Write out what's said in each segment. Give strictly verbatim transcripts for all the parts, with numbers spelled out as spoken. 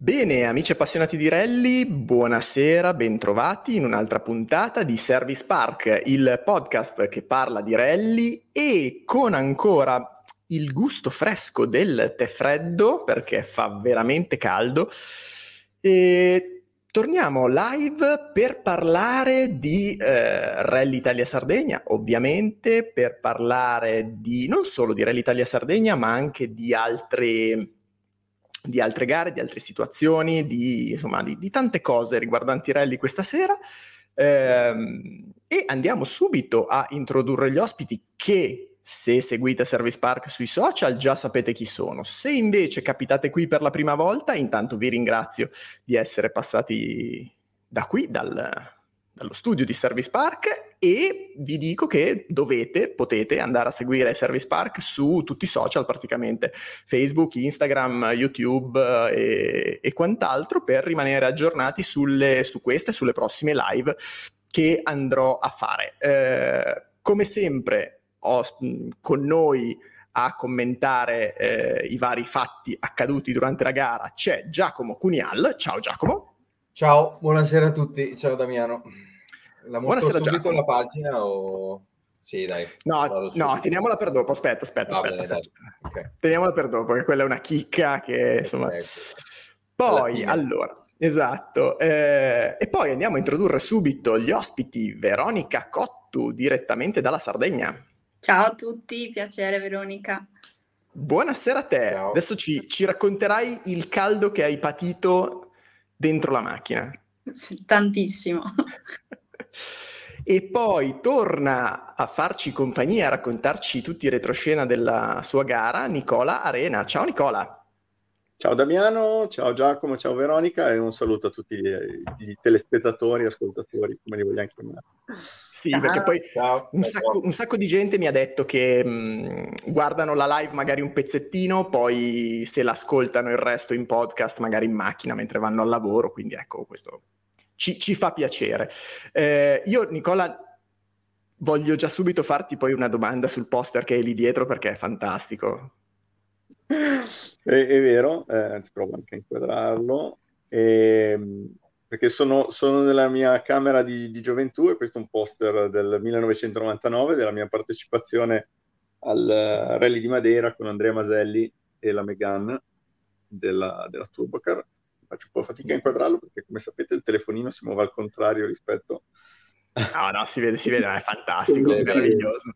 Bene, amici appassionati di rally, buonasera, bentrovati in un'altra puntata di Service Park, il podcast che parla di rally e con ancora il gusto fresco del tè freddo, perché fa veramente caldo. E torniamo live per parlare di eh, Rally Italia-Sardegna, ovviamente, per parlare di non solo di Rally Italia-Sardegna, ma anche di altre di altre gare, di altre situazioni, di, insomma, di, di tante cose riguardanti rally questa sera. Ehm, e andiamo subito a introdurre gli ospiti che, se seguite Service Park sui social, già sapete chi sono. Se invece capitate qui per la prima volta, intanto vi ringrazio di essere passati da qui, dal, dallo studio di Service Park, e vi dico che dovete, potete andare a seguire Service Park su tutti i social praticamente, Facebook, Instagram, YouTube eh, e, e quant'altro, per rimanere aggiornati sulle, su queste e sulle prossime live che andrò a fare. Eh, come sempre ho con noi a commentare eh, i vari fatti accaduti durante la gara c'è Giacomo Cunial. Ciao Giacomo. Ciao, buonasera a tutti. Ciao Damiano. La mostro Buonasera, subito Giacomo. La pagina o... Sì, dai. No, no, teniamola per dopo. Aspetta, aspetta, Va aspetta. bene, okay. Teniamola per dopo, che quella è una chicca che, insomma... Okay. Poi, allora, esatto. Eh, e poi andiamo a introdurre subito gli ospiti. Veronica Cottu, direttamente dalla Sardegna. Ciao a tutti, piacere Veronica. Buonasera a te. Ciao. Adesso ci, ci racconterai il caldo che hai patito dentro la macchina. Tantissimo. E poi torna a farci compagnia, a raccontarci tutti i retroscena della sua gara, Nicola Arena. Ciao Nicola. Ciao Damiano, ciao Giacomo, ciao Veronica e un saluto a tutti gli, gli telespettatori, ascoltatori, come li vogliamo chiamare. Sì, ciao. Perché poi ciao. Un, sacco, un sacco di gente mi ha detto che mh, guardano la live magari un pezzettino, poi se l'ascoltano il resto in podcast, magari in macchina mentre vanno al lavoro, quindi ecco, questo ci, ci fa piacere. Eh, io, Nicola, voglio già subito farti poi una domanda sul poster che hai lì dietro, perché è fantastico. È, è vero, eh, anzi provo anche a inquadrarlo, e, perché sono, sono nella mia camera di, di gioventù e questo è un poster del millenovecentonovantanove della mia partecipazione al Rally di Madeira con Andrea Maselli e la Megane della, della Turbocar. Faccio un po' fatica a inquadrarlo perché, come sapete, il telefonino si muove al contrario rispetto a... No, no, si vede, si vede, è fantastico, è meraviglioso.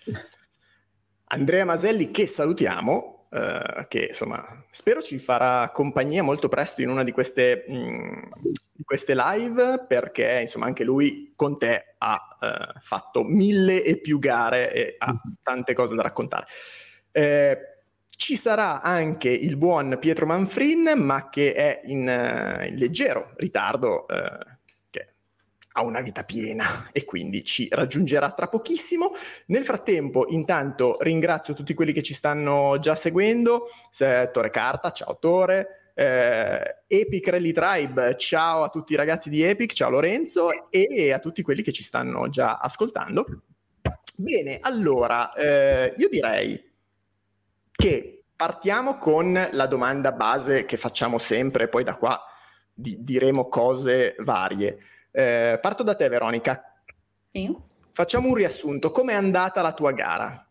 Andrea Maselli, che salutiamo, eh, che insomma spero ci farà compagnia molto presto in una di queste, mh, di queste live, perché insomma anche lui con te ha eh, fatto mille e più gare e ha tante cose da raccontare. Eh, ci sarà anche il buon Pietro Manfrin, ma che è in, uh, in leggero ritardo, uh, che ha una vita piena e quindi ci raggiungerà tra pochissimo. Nel frattempo, intanto, ringrazio tutti quelli che ci stanno già seguendo. Se, Tore Carta, ciao Tore. Eh, Epic Rally Tribe, ciao a tutti i ragazzi di Epic, ciao Lorenzo, e a tutti quelli che ci stanno già ascoltando. Bene, allora, eh, io direi che partiamo con la domanda base che facciamo sempre, poi da qua di- diremo cose varie. Eh, parto da te, Veronica. Sì. Facciamo un riassunto. Com'è andata la tua gara?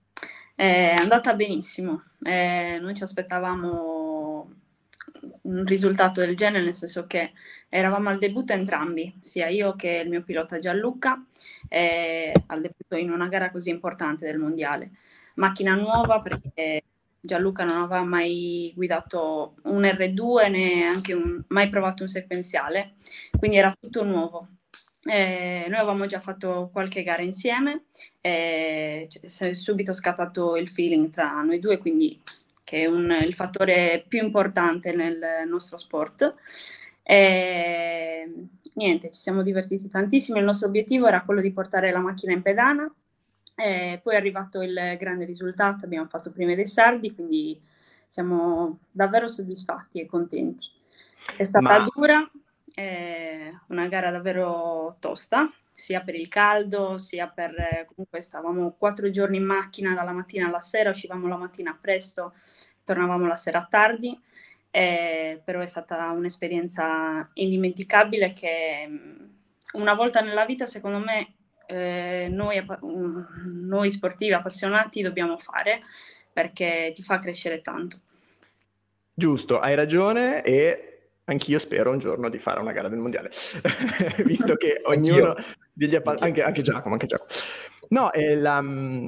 È andata benissimo. Eh, noi ci aspettavamo un risultato del genere, nel senso che eravamo al debutto entrambi, sia io che il mio pilota Gianluca, eh, al debutto in una gara così importante del mondiale. Macchina nuova perché Gianluca non aveva mai guidato un erre due né anche un, mai provato un sequenziale, quindi era tutto nuovo. Eh, noi avevamo già fatto qualche gara insieme, eh, si è subito scattato il feeling tra noi due, quindi che è un, il fattore più importante nel nostro sport. E, niente, ci siamo divertiti tantissimo. Il nostro obiettivo era quello di portare la macchina in pedana. E poi è arrivato il grande risultato, abbiamo fatto prime dei sardi, quindi siamo davvero soddisfatti e contenti. È stata Ma... dura, è una gara davvero tosta, sia per il caldo, sia per... comunque stavamo quattro giorni in macchina dalla mattina alla sera, uscivamo la mattina presto, tornavamo la sera tardi, eh, però è stata un'esperienza indimenticabile che una volta nella vita, secondo me, eh, noi, noi sportivi appassionati dobbiamo fare, perché ti fa crescere tanto. Giusto, hai ragione, e anch'io spero un giorno di fare una gara del mondiale, visto che ognuno degli appa- anche, anche Giacomo, anche Giacomo. No, eh, la,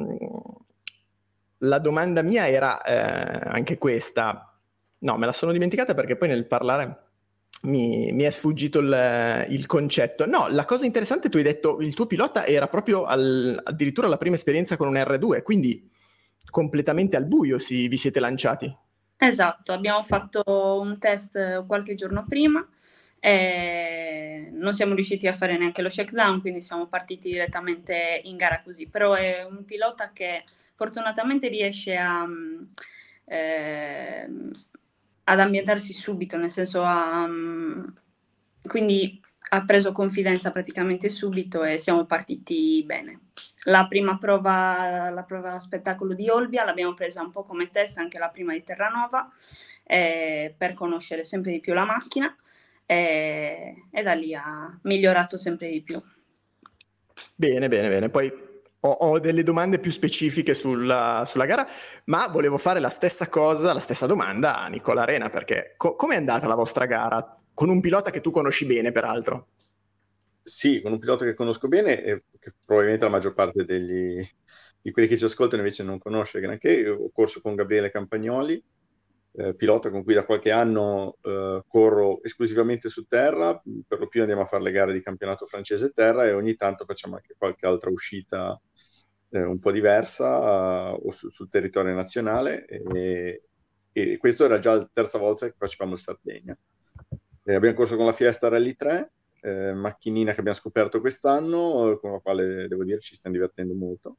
la domanda mia era eh, anche questa. No, me la sono dimenticata perché poi nel parlare mi, mi è sfuggito il, il concetto. No, la cosa interessante, tu hai detto il tuo pilota era proprio al, addirittura la prima esperienza con un erre due, quindi completamente al buio si, vi siete lanciati. Esatto, abbiamo fatto un test qualche giorno prima e non siamo riusciti a fare neanche lo shakedown, quindi siamo partiti direttamente in gara così. Però è un pilota che fortunatamente riesce a, eh, ad ambientarsi subito, nel senso a, quindi ha preso confidenza praticamente subito e siamo partiti bene. La prima prova, la prova spettacolo di Olbia l'abbiamo presa un po' come test, anche la prima di Terranova, eh, per conoscere sempre di più la macchina, eh, e da lì ha migliorato sempre di più. Bene, bene, bene. Poi ho, ho delle domande più specifiche sulla, sulla gara, ma volevo fare la stessa cosa, la stessa domanda a Nicola Arena, perché co- com'è andata la vostra gara? Con un pilota che tu conosci bene, peraltro. Sì, con un pilota che conosco bene e che probabilmente la maggior parte degli, di quelli che ci ascoltano invece non conosce granché. Io ho corso con Gabriele Campagnoli, eh, pilota con cui da qualche anno eh, corro esclusivamente su terra, per lo più andiamo a fare le gare di campionato francese terra e ogni tanto facciamo anche qualche altra uscita eh, un po' diversa eh, o su, sul territorio nazionale, e, e questo era già la terza volta che facevamo in Sardegna. Eh, abbiamo corso con la Fiesta Rally tre, eh, macchinina che abbiamo scoperto quest'anno, con la quale devo dire ci stiamo divertendo molto.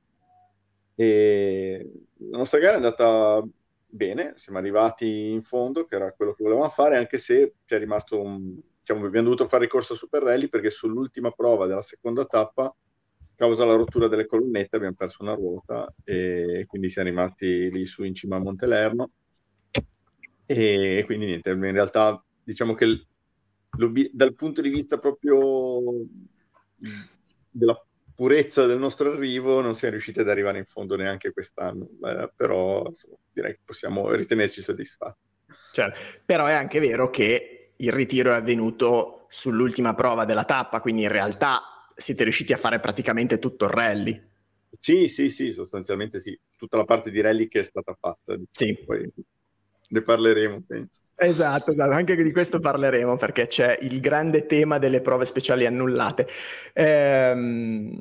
E la nostra gara è andata bene, siamo arrivati in fondo, che era quello che volevamo fare, anche se ci è rimasto un... Diciamo, abbiamo dovuto fare ricorso a Super Rally perché sull'ultima prova della seconda tappa, causa la rottura delle colonnette, abbiamo perso una ruota e quindi siamo rimasti lì su in cima a Montelerno. E quindi niente, in realtà diciamo che dal punto di vista proprio della purezza del nostro arrivo non siamo riusciti ad arrivare in fondo neanche quest'anno, eh, però insomma, direi che possiamo ritenerci soddisfatti. Cioè, però è anche vero che il ritiro è avvenuto sull'ultima prova della tappa, quindi in realtà siete riusciti a fare praticamente tutto il rally. Sì, sì, sì, sostanzialmente sì, tutta la parte di rally che è stata fatta. Sì. Poi ne parleremo, penso. Esatto, esatto, anche di questo parleremo perché c'è il grande tema delle prove speciali annullate. Ehm,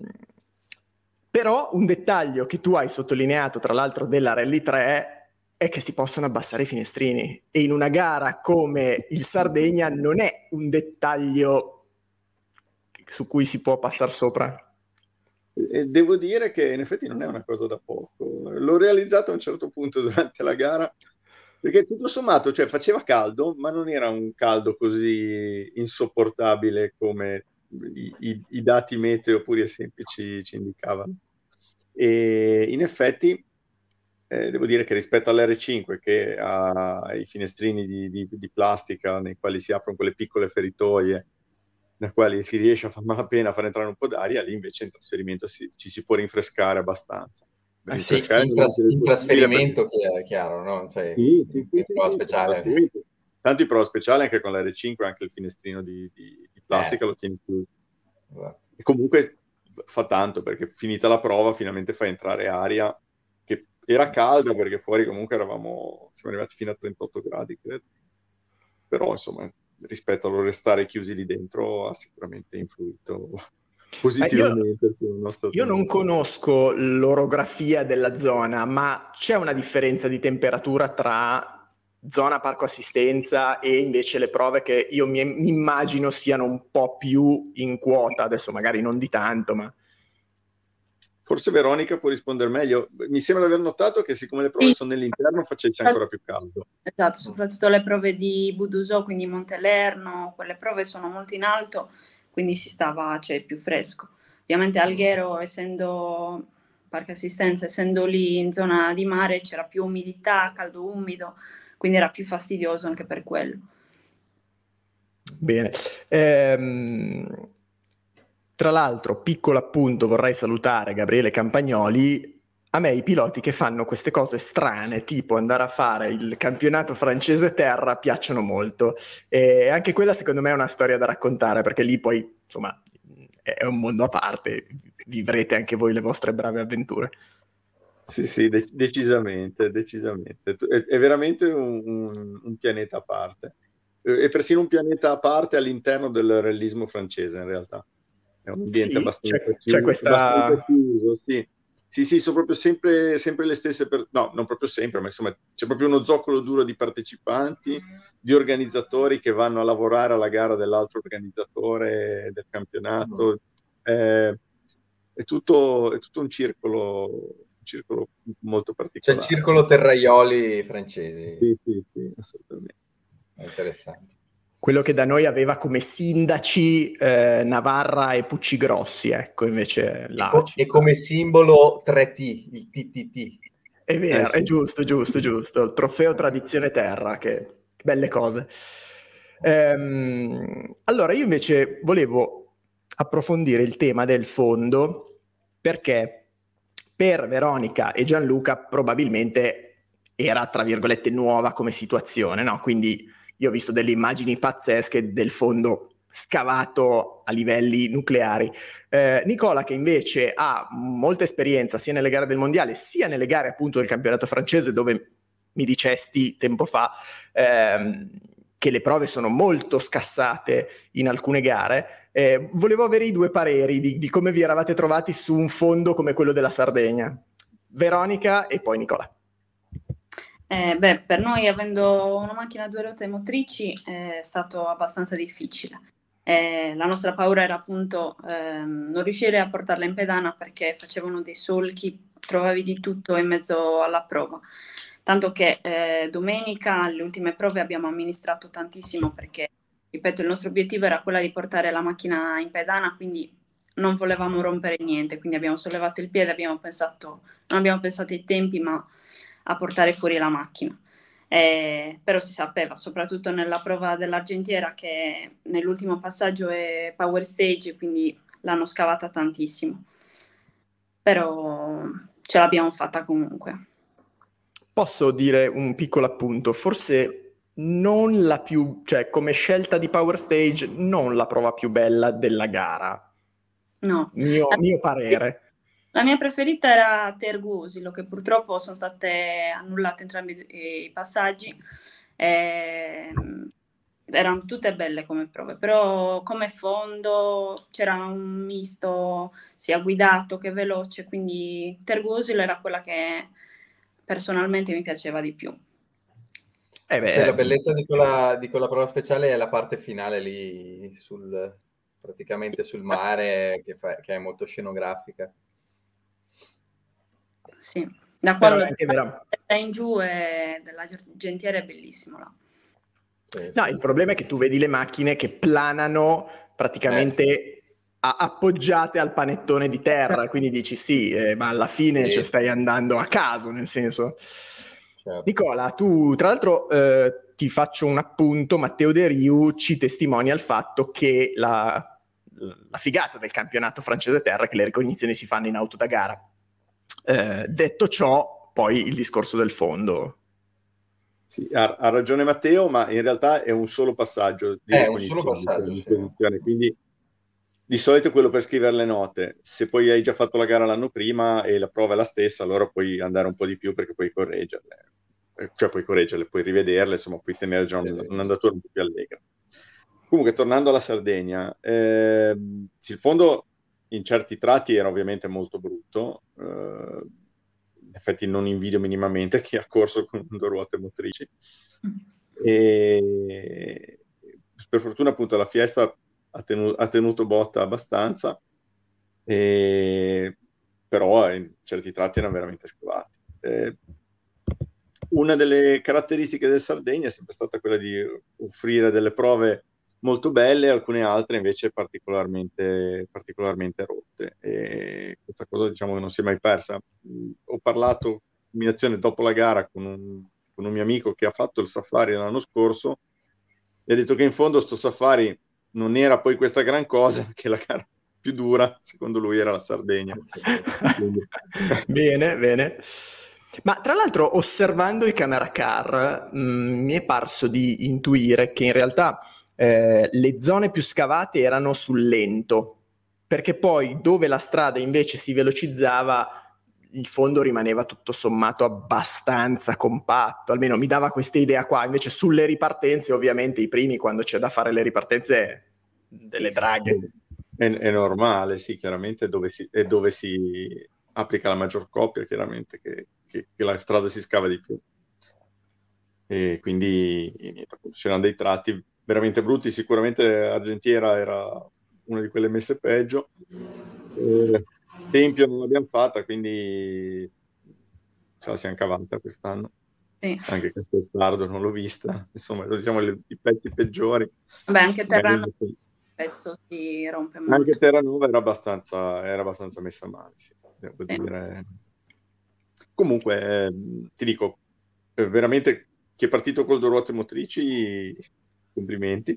però un dettaglio che tu hai sottolineato, tra l'altro, della Rally tre è che si possono abbassare i finestrini, e in una gara come il Sardegna non è un dettaglio su cui si può passare sopra. E devo dire che in effetti non è una cosa da poco. L'ho realizzato a un certo punto durante la gara, perché tutto sommato, cioè, faceva caldo, ma non era un caldo così insopportabile come i, i, i dati meteo puri e semplici ci indicavano. E in effetti, eh, devo dire che rispetto all'erre cinque, che ha i finestrini di, di, di plastica nei quali si aprono quelle piccole feritoie, da quali si riesce a far malapena a far entrare un po' d'aria, lì invece in trasferimento si, ci si può rinfrescare abbastanza. Ah, sì, sì, in, tras- in trasferimento che è chiaro, no? Cioè, sì, sì, in, sì, in sì, prova sì, speciale. tanto in prova speciale anche con l'erre cinque, anche il finestrino di, di, di plastica eh, lo tieni più. Esatto. E comunque fa tanto, perché finita la prova finalmente fa entrare aria, che era calda perché fuori comunque eravamo, siamo arrivati fino a trentotto gradi, credo. Però insomma, rispetto allo restare chiusi lì dentro ha sicuramente influito positivamente sul nostro Io non conosco l'orografia della zona, ma c'è una differenza di temperatura tra zona parco assistenza e invece le prove che io mi, mi immagino siano un po' più in quota, adesso magari non di tanto, ma... Forse Veronica può rispondere meglio. Mi sembra di aver notato che siccome le prove Sì. sono nell'interno facesse ancora più caldo. Esatto, soprattutto le prove di Budusò, quindi Montelerno, quelle prove sono molto in alto, quindi si stava, cioè, più fresco. Ovviamente Alghero, essendo Park Assistenza, essendo lì in zona di mare c'era più umidità, caldo umido, quindi era più fastidioso anche per quello. Bene. Ehm, tra l'altro, piccolo appunto, vorrei salutare Gabriele Campagnoli. A me i piloti che fanno queste cose strane, tipo andare a fare il campionato francese terra, piacciono molto. E anche quella secondo me è una storia da raccontare, perché lì poi, insomma, è un mondo a parte, vivrete anche voi le vostre brave avventure. Sì, sì, de- decisamente, decisamente. È, è veramente un, un- un pianeta a parte. Eh, È persino un pianeta a parte all'interno del realismo francese, in realtà. È un ambiente Sì, c'è, abbastanza c'è chiuso, abbastanza questa... chiuso, sì. Sì, sì, sono proprio sempre, sempre le stesse per... No, non proprio sempre, ma insomma c'è proprio uno zoccolo duro di partecipanti, di organizzatori che vanno a lavorare alla gara dell'altro organizzatore del campionato. Eh, è tutto, è tutto un circolo, un circolo molto C'è il particolare. circolo terraioli francesi. Sì, sì, sì, assolutamente. È interessante. Quello che da noi aveva come sindaci eh, Navarra e Puccigrossi, ecco, invece là E, co- ci e sta. come simbolo tre T, il T T T. È vero, Eh, è sì. giusto, giusto, giusto. Il trofeo Tradizione Terra, che belle cose. Ehm, allora, io invece volevo approfondire il tema del fondo, perché per Veronica e Gianluca probabilmente era, tra virgolette, nuova come situazione, no? Quindi io ho visto delle immagini pazzesche del fondo scavato a livelli nucleari. Eh, Nicola, che invece ha molta esperienza sia nelle gare del mondiale sia nelle gare appunto del campionato francese, dove mi dicesti tempo fa ehm, che le prove sono molto scassate in alcune gare, eh, volevo avere i due pareri di, di come vi eravate trovati su un fondo come quello della Sardegna. Veronica e poi Nicola. Eh, beh, per noi, avendo una macchina a due ruote motrici, è stato abbastanza difficile. Eh, la nostra paura era appunto ehm, non riuscire a portarla in pedana, perché facevano dei solchi, trovavi di tutto in mezzo alla prova. Tanto che eh, domenica, alle ultime prove, abbiamo amministrato tantissimo, perché, ripeto, il nostro obiettivo era quello di portare la macchina in pedana, quindi non volevamo rompere niente, quindi abbiamo sollevato il piede, abbiamo pensato, non abbiamo pensato ai tempi, ma a portare fuori la macchina. Eh, però si sapeva, soprattutto nella prova dell'Argentiera, che nell'ultimo passaggio è power stage, quindi l'hanno scavata tantissimo. Però ce l'abbiamo fatta comunque. Posso dire un piccolo appunto, forse non la più, cioè come scelta di power stage, non la prova più bella della gara. No. Mio, La, mio parere. La mia preferita era Tergusilo, che purtroppo sono state annullate entrambi i passaggi. Eh, erano tutte belle come prove, però come fondo c'era un misto sia guidato che veloce, quindi Tergusilo era quella che personalmente mi piaceva di più. Eh beh, Sì, la bellezza di quella, di quella prova speciale è la parte finale lì, sul, praticamente sul mare, che, fa, che è molto scenografica. Sì, da però quando è anche vero. è in giù e della Gentiera è bellissimo là. Sì, No, sì, il sì. problema è che tu vedi le macchine che planano praticamente Eh, sì. a- appoggiate al panettone di terra, quindi dici sì, eh, ma alla fine Sì. cioè, stai andando a caso, nel senso. Certo. Nicola, tu tra l'altro eh, ti faccio un appunto, Matteo De Riu ci testimonia il fatto che la, la figata del campionato francese terra è che le ricognizioni si fanno in auto da gara. Eh, detto ciò, poi il discorso del fondo. Sì, ha, ha ragione Matteo, ma in realtà è un solo passaggio di È un solo ricognizione, passaggio, di sì. ricognizione, quindi di solito è quello per scrivere le note. Se poi hai già fatto la gara l'anno prima e la prova è la stessa, allora puoi andare un po' di più perché puoi correggerle, Eh, cioè puoi correggerle, puoi rivederle, insomma puoi tenere già un- un'andatura un po' più allegra. Comunque, tornando alla Sardegna, ehm, sì, il fondo in certi tratti era ovviamente molto brutto, eh, in effetti non invidio minimamente chi ha corso con due ruote motrici. E per fortuna appunto la Fiesta ha tenuto, ha tenuto botta abbastanza, e, però in certi tratti erano veramente scavati. Eh, una delle caratteristiche del Sardegna è sempre stata quella di offrire delle prove molto belle, alcune altre invece particolarmente, particolarmente rotte. E questa cosa diciamo che non si è mai persa. Ho parlato combinazione dopo la gara con un, con un mio amico che ha fatto il safari l'anno scorso e ha detto che in fondo sto safari non era poi questa gran cosa, perché la gara più dura secondo lui era la Sardegna. Bene, bene. Ma tra l'altro, osservando i camera car, mh, mi è parso di intuire che in realtà eh, le zone più scavate erano sul lento, perché poi dove la strada invece si velocizzava, il fondo rimaneva tutto sommato abbastanza compatto, almeno mi dava questa idea qua. Invece sulle ripartenze, ovviamente i primi, quando c'è da fare le ripartenze, delle draghe. È, è normale, sì, chiaramente è dove si, è dove si applica la maggior coppia, chiaramente, che, che, che la strada si scava di più. E quindi niente, c'erano dei tratti veramente brutti. Sicuramente Argentiera era una di quelle messe peggio. Eh, Tempio non l'abbiamo fatta, quindi ce la siamo cavata quest'anno. Sì. Anche Casteltardo non l'ho vista. Insomma, diciamo le, i pezzi peggiori. Vabbè, anche Terranova il pezzo si rompe molto. Anche Terranova era abbastanza, era abbastanza messa male, sì, devo Sì. dire. Comunque, eh, ti dico, eh, veramente chi è partito con le ruote motrici, complimenti.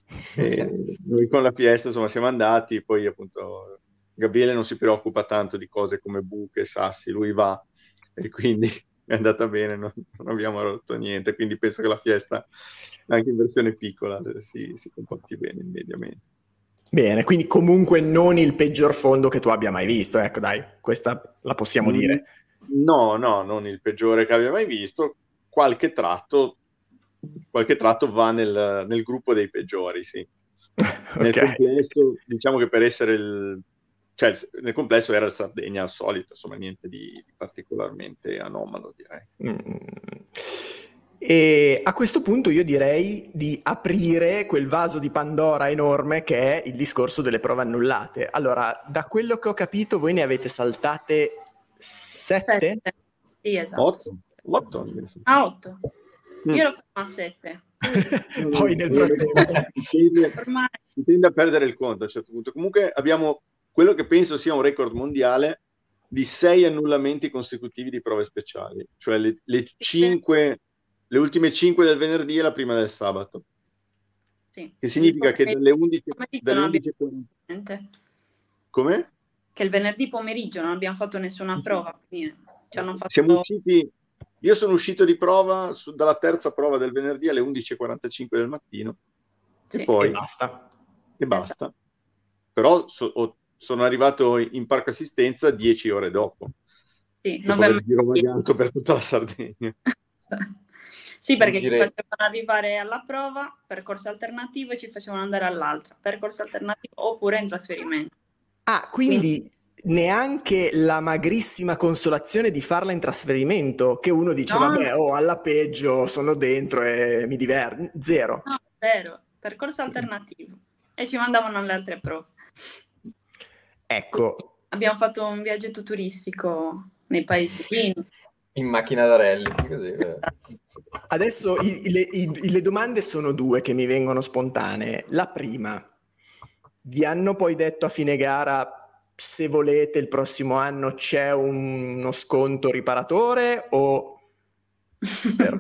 E noi con la Fiesta, insomma, siamo andati, poi appunto Gabriele non si preoccupa tanto di cose come buche, sassi, lui va, e quindi è andata bene, non, non abbiamo rotto niente, quindi penso che la Fiesta, anche in versione piccola, si, si comporti bene mediamente. Bene, quindi comunque non il peggior fondo che tu abbia mai visto, ecco dai, questa la possiamo Mm, dire. No, no, non il peggiore che abbia mai visto, qualche tratto, qualche tratto va nel, nel gruppo dei peggiori, sì. Nel Ok. complesso, diciamo che per essere il... cioè nel complesso era il Sardegna al solito, insomma niente di, di particolarmente anomalo, direi. Mm. E a questo punto io direi di aprire quel vaso di Pandora enorme che è il discorso delle prove annullate. Allora, da quello che ho capito, voi ne avete saltate sette? Sette. Sì, esatto. Otto. Otto. Ah, otto. Mm. Io lo farò a sette. Poi nel prossimo... si tende a perdere il conto a un certo punto. Comunque abbiamo quello che penso sia un record mondiale di sei annullamenti consecutivi di prove speciali, cioè le, le cinque, le ultime cinque del venerdì e la prima del sabato. Sì. Che significa che dalle undici dalle undici come? Che il venerdì pomeriggio non abbiamo fatto nessuna prova, quindi ci hanno fatto... Siamo usciti, io sono uscito di prova su, dalla terza prova del venerdì alle undici e quarantacinque del mattino. Sì. E poi E basta. E basta. Esatto. Però so, ho, sono arrivato in parco assistenza dieci ore dopo. Sì, dopo aver girovagato per tutta la Sardegna. Sì, perché ci facevano arrivare alla prova, percorso alternativo, e ci facevano andare all'altra, percorso alternativo oppure in trasferimento. Ah, quindi, quindi neanche la magrissima consolazione di farla in trasferimento, che uno dice, no, vabbè, oh, alla peggio, sono dentro e mi diverto. Zero. No, zero. Percorso sì. alternativo. E ci mandavano alle altre prove. Ecco. Quindi abbiamo fatto un viaggetto turistico nei paesini. In macchina da rally, così. Adesso i, le, i, le domande sono due che mi vengono spontanee. La prima, vi hanno poi detto a fine gara, se volete il prossimo anno c'è un, uno sconto riparatore o zero?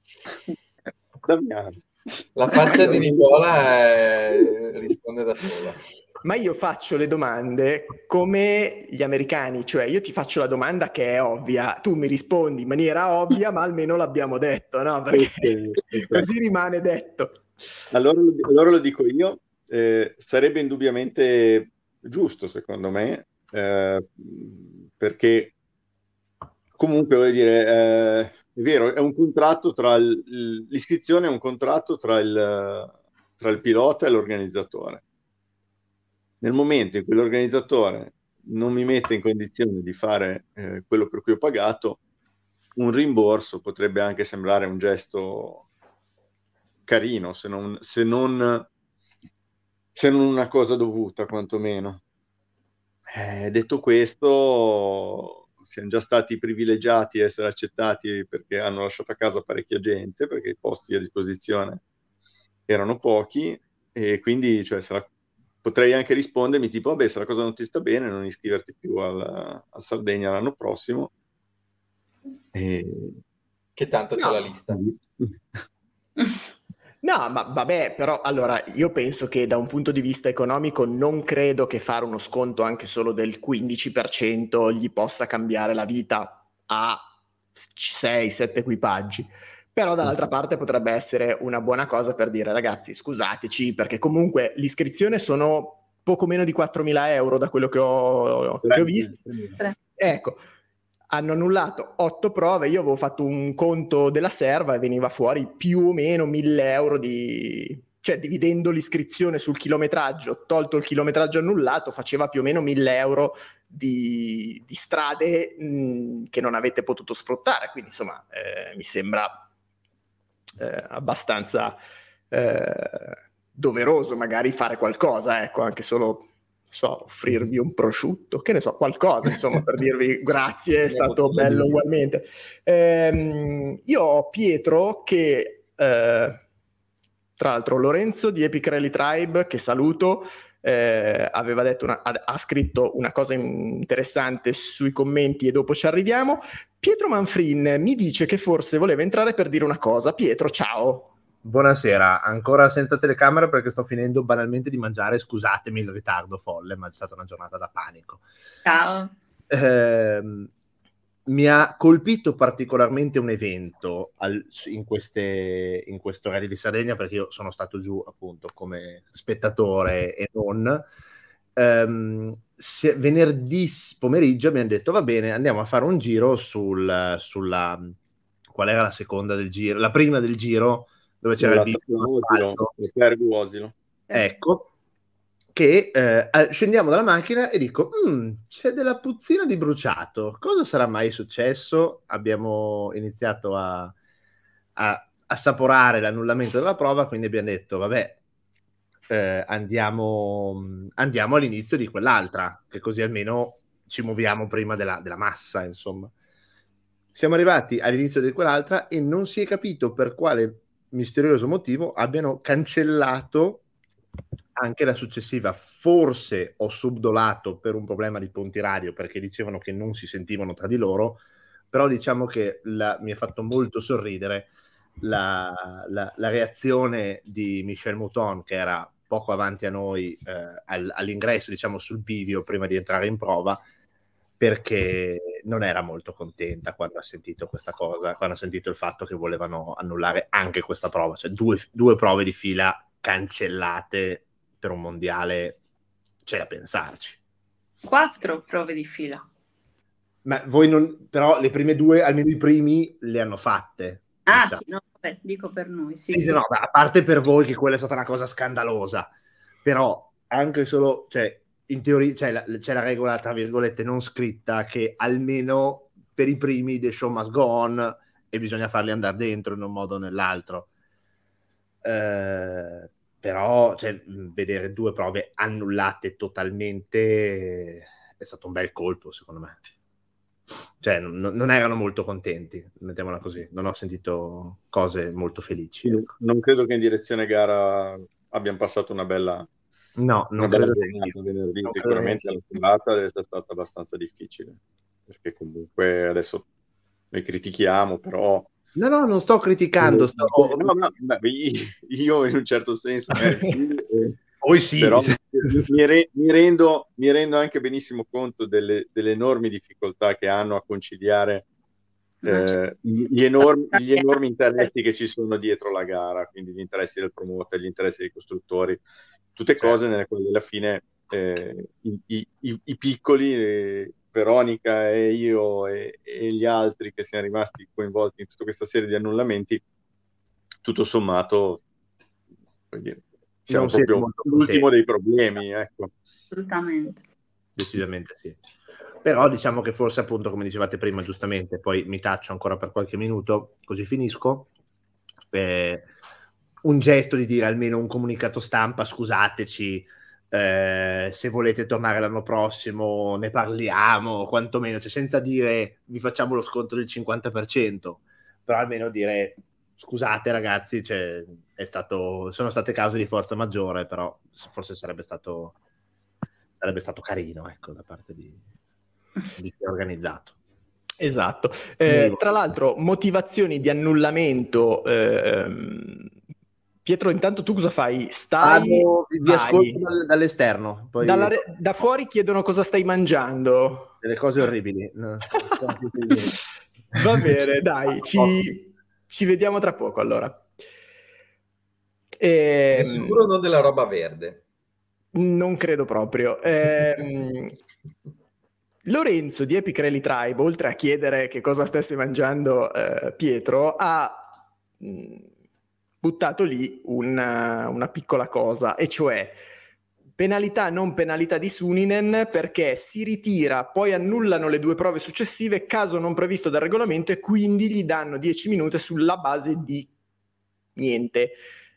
La faccia di Nicola è... risponde da sola. Ma io faccio le domande come gli americani, cioè io ti faccio la domanda che è ovvia, tu mi rispondi in maniera ovvia, ma almeno l'abbiamo detto, no? Perché okay, okay. Così rimane detto. Allora, allora lo dico io, eh, sarebbe indubbiamente giusto secondo me, eh, perché comunque voglio dire, eh, è vero, è un contratto tra il, l'iscrizione è un contratto tra il, tra il pilota e l'organizzatore. Nel momento in cui l'organizzatore non mi mette in condizione di fare eh, quello per cui ho pagato, un rimborso potrebbe anche sembrare un gesto carino, se non, se non, se non una cosa dovuta, quantomeno. Eh, detto questo, siamo già stati privilegiati a essere accettati perché hanno lasciato a casa parecchia gente, perché i posti a disposizione erano pochi. e quindi cioè, se la, potrei anche rispondermi tipo, vabbè, se la cosa non ti sta bene non iscriverti più al, a Sardegna l'anno prossimo. E... Che tanto no. c'è la lista. No, ma vabbè, però allora io penso che da un punto di vista economico non credo che fare uno sconto anche solo del quindici per cento gli possa cambiare la vita a sei sette equipaggi. Però dall'altra parte potrebbe essere una buona cosa per dire ragazzi scusateci perché comunque l'iscrizione sono poco meno di quattromila euro da quello che ho, che ho visto. Ecco, hanno annullato otto prove, io avevo fatto un conto della serva e veniva fuori più o meno mille euro di... cioè dividendo l'iscrizione sul chilometraggio, tolto il chilometraggio annullato, faceva più o meno mille euro di, di strade mh, che non avete potuto sfruttare, quindi insomma eh, mi sembra eh, abbastanza eh, doveroso magari fare qualcosa, ecco, anche solo... so, offrirvi un prosciutto, che ne so, qualcosa, insomma, per dirvi grazie, è stato bello ugualmente. Ehm, io ho Pietro che, eh, tra l'altro Lorenzo di Epic Rally Tribe, che saluto, eh, aveva detto una, ha, ha scritto una cosa interessante sui commenti e dopo ci arriviamo. Pietro Manfrin mi dice che forse voleva entrare per dire una cosa. Pietro, ciao. Buonasera, ancora senza telecamera perché sto finendo banalmente di mangiare, scusatemi il ritardo folle, ma è stata una giornata da panico. Ciao. Eh, mi ha colpito particolarmente un evento al, in, queste, in questo Rally di Sardegna, perché io sono stato giù appunto come spettatore e non. Um, se, venerdì pomeriggio abbiamo detto va bene, andiamo a fare un giro sul, sulla... qual era la seconda del giro? La prima del giro, dove c'era il bivio, ecco, che eh, scendiamo dalla macchina e dico mm, c'è della puzzina di bruciato, cosa sarà mai successo? Abbiamo iniziato a, a assaporare l'annullamento della prova, quindi abbiamo detto vabbè eh, andiamo, andiamo all'inizio di quell'altra, che così almeno ci muoviamo prima della, della massa, insomma. Siamo arrivati all'inizio di quell'altra e non si è capito per quale misterioso motivo abbiano cancellato anche la successiva. Forse ho subdolato per un problema di ponti radio, perché dicevano che non si sentivano tra di loro, però diciamo che la, mi ha fatto molto sorridere la, la, la reazione di Michel Mouton, che era poco avanti a noi eh, all, all'ingresso, diciamo sul bivio prima di entrare in prova, perché non era molto contenta quando ha sentito questa cosa, quando ha sentito il fatto che volevano annullare anche questa prova, cioè due, due prove di fila cancellate per un mondiale, c'è da pensarci. Quattro prove di fila. Ma voi non, però le prime due, almeno i primi, le hanno fatte. Ah sì, no, vabbè, dico per noi. Sì, sì, sì. No, a parte per voi che quella è stata una cosa scandalosa, però anche solo, cioè, in teoria c'è la, c'è la regola, tra virgolette, non scritta, che almeno per i primi the show must go on e bisogna farli andare dentro in un modo o nell'altro. Eh, però cioè, vedere due prove annullate totalmente è stato un bel colpo, secondo me. Cioè, non, non erano molto contenti, mettiamola così. Non ho sentito cose molto felici. Ecco. Non credo che in direzione gara abbiamo passato una bella... No, non una bella credo giornata venerdì, non sicuramente la serata è stata abbastanza difficile, perché comunque adesso noi critichiamo, però... No, no, non sto criticando. Sto... No, no, beh, io in un certo senso... Eh, sì, eh, Poi sì. Però mi, re, mi, rendo, mi rendo anche benissimo conto delle, delle enormi difficoltà che hanno a conciliare eh, gli, enormi, gli enormi interessi che ci sono dietro la gara, quindi gli interessi del promoter, gli interessi dei costruttori, tutte cose nelle quali alla fine eh, i, i, i piccoli, eh, Veronica e io e, e gli altri che siamo rimasti coinvolti in tutta questa serie di annullamenti, tutto sommato, vuol dire, siamo non proprio l'ultimo dei problemi, ecco. Assolutamente. Decisamente sì. Però diciamo che forse appunto, come dicevate prima giustamente, poi mi taccio ancora per qualche minuto, così finisco, eh, un gesto di dire almeno un comunicato stampa, scusateci, eh, se volete tornare l'anno prossimo ne parliamo, quantomeno, cioè senza dire vi facciamo lo sconto del cinquanta per cento, però almeno dire scusate ragazzi, cioè, è stato, sono state cause di forza maggiore, però forse sarebbe stato sarebbe stato carino, ecco, da parte di, di chi ha organizzato. Esatto. Eh, tra l'altro, motivazioni di annullamento. ehm, Pietro, intanto tu cosa fai? Stai... Vado, vi vai. ascolto dal- dall'esterno. Poi Dalla re- da fuori chiedono cosa stai mangiando. delle cose orribili. No, Va bene, dai, ci, ci vediamo tra poco allora. Di Ehm, sicuro non della roba verde. Non credo proprio. Ehm, Lorenzo di Epic Rally Tribe, oltre a chiedere che cosa stesse mangiando eh, Pietro, ha mh, buttato lì una, una piccola cosa, e cioè penalità non penalità di Suninen, perché si ritira, poi annullano le due prove successive, caso non previsto dal regolamento, e quindi gli danno dieci minuti sulla base di niente.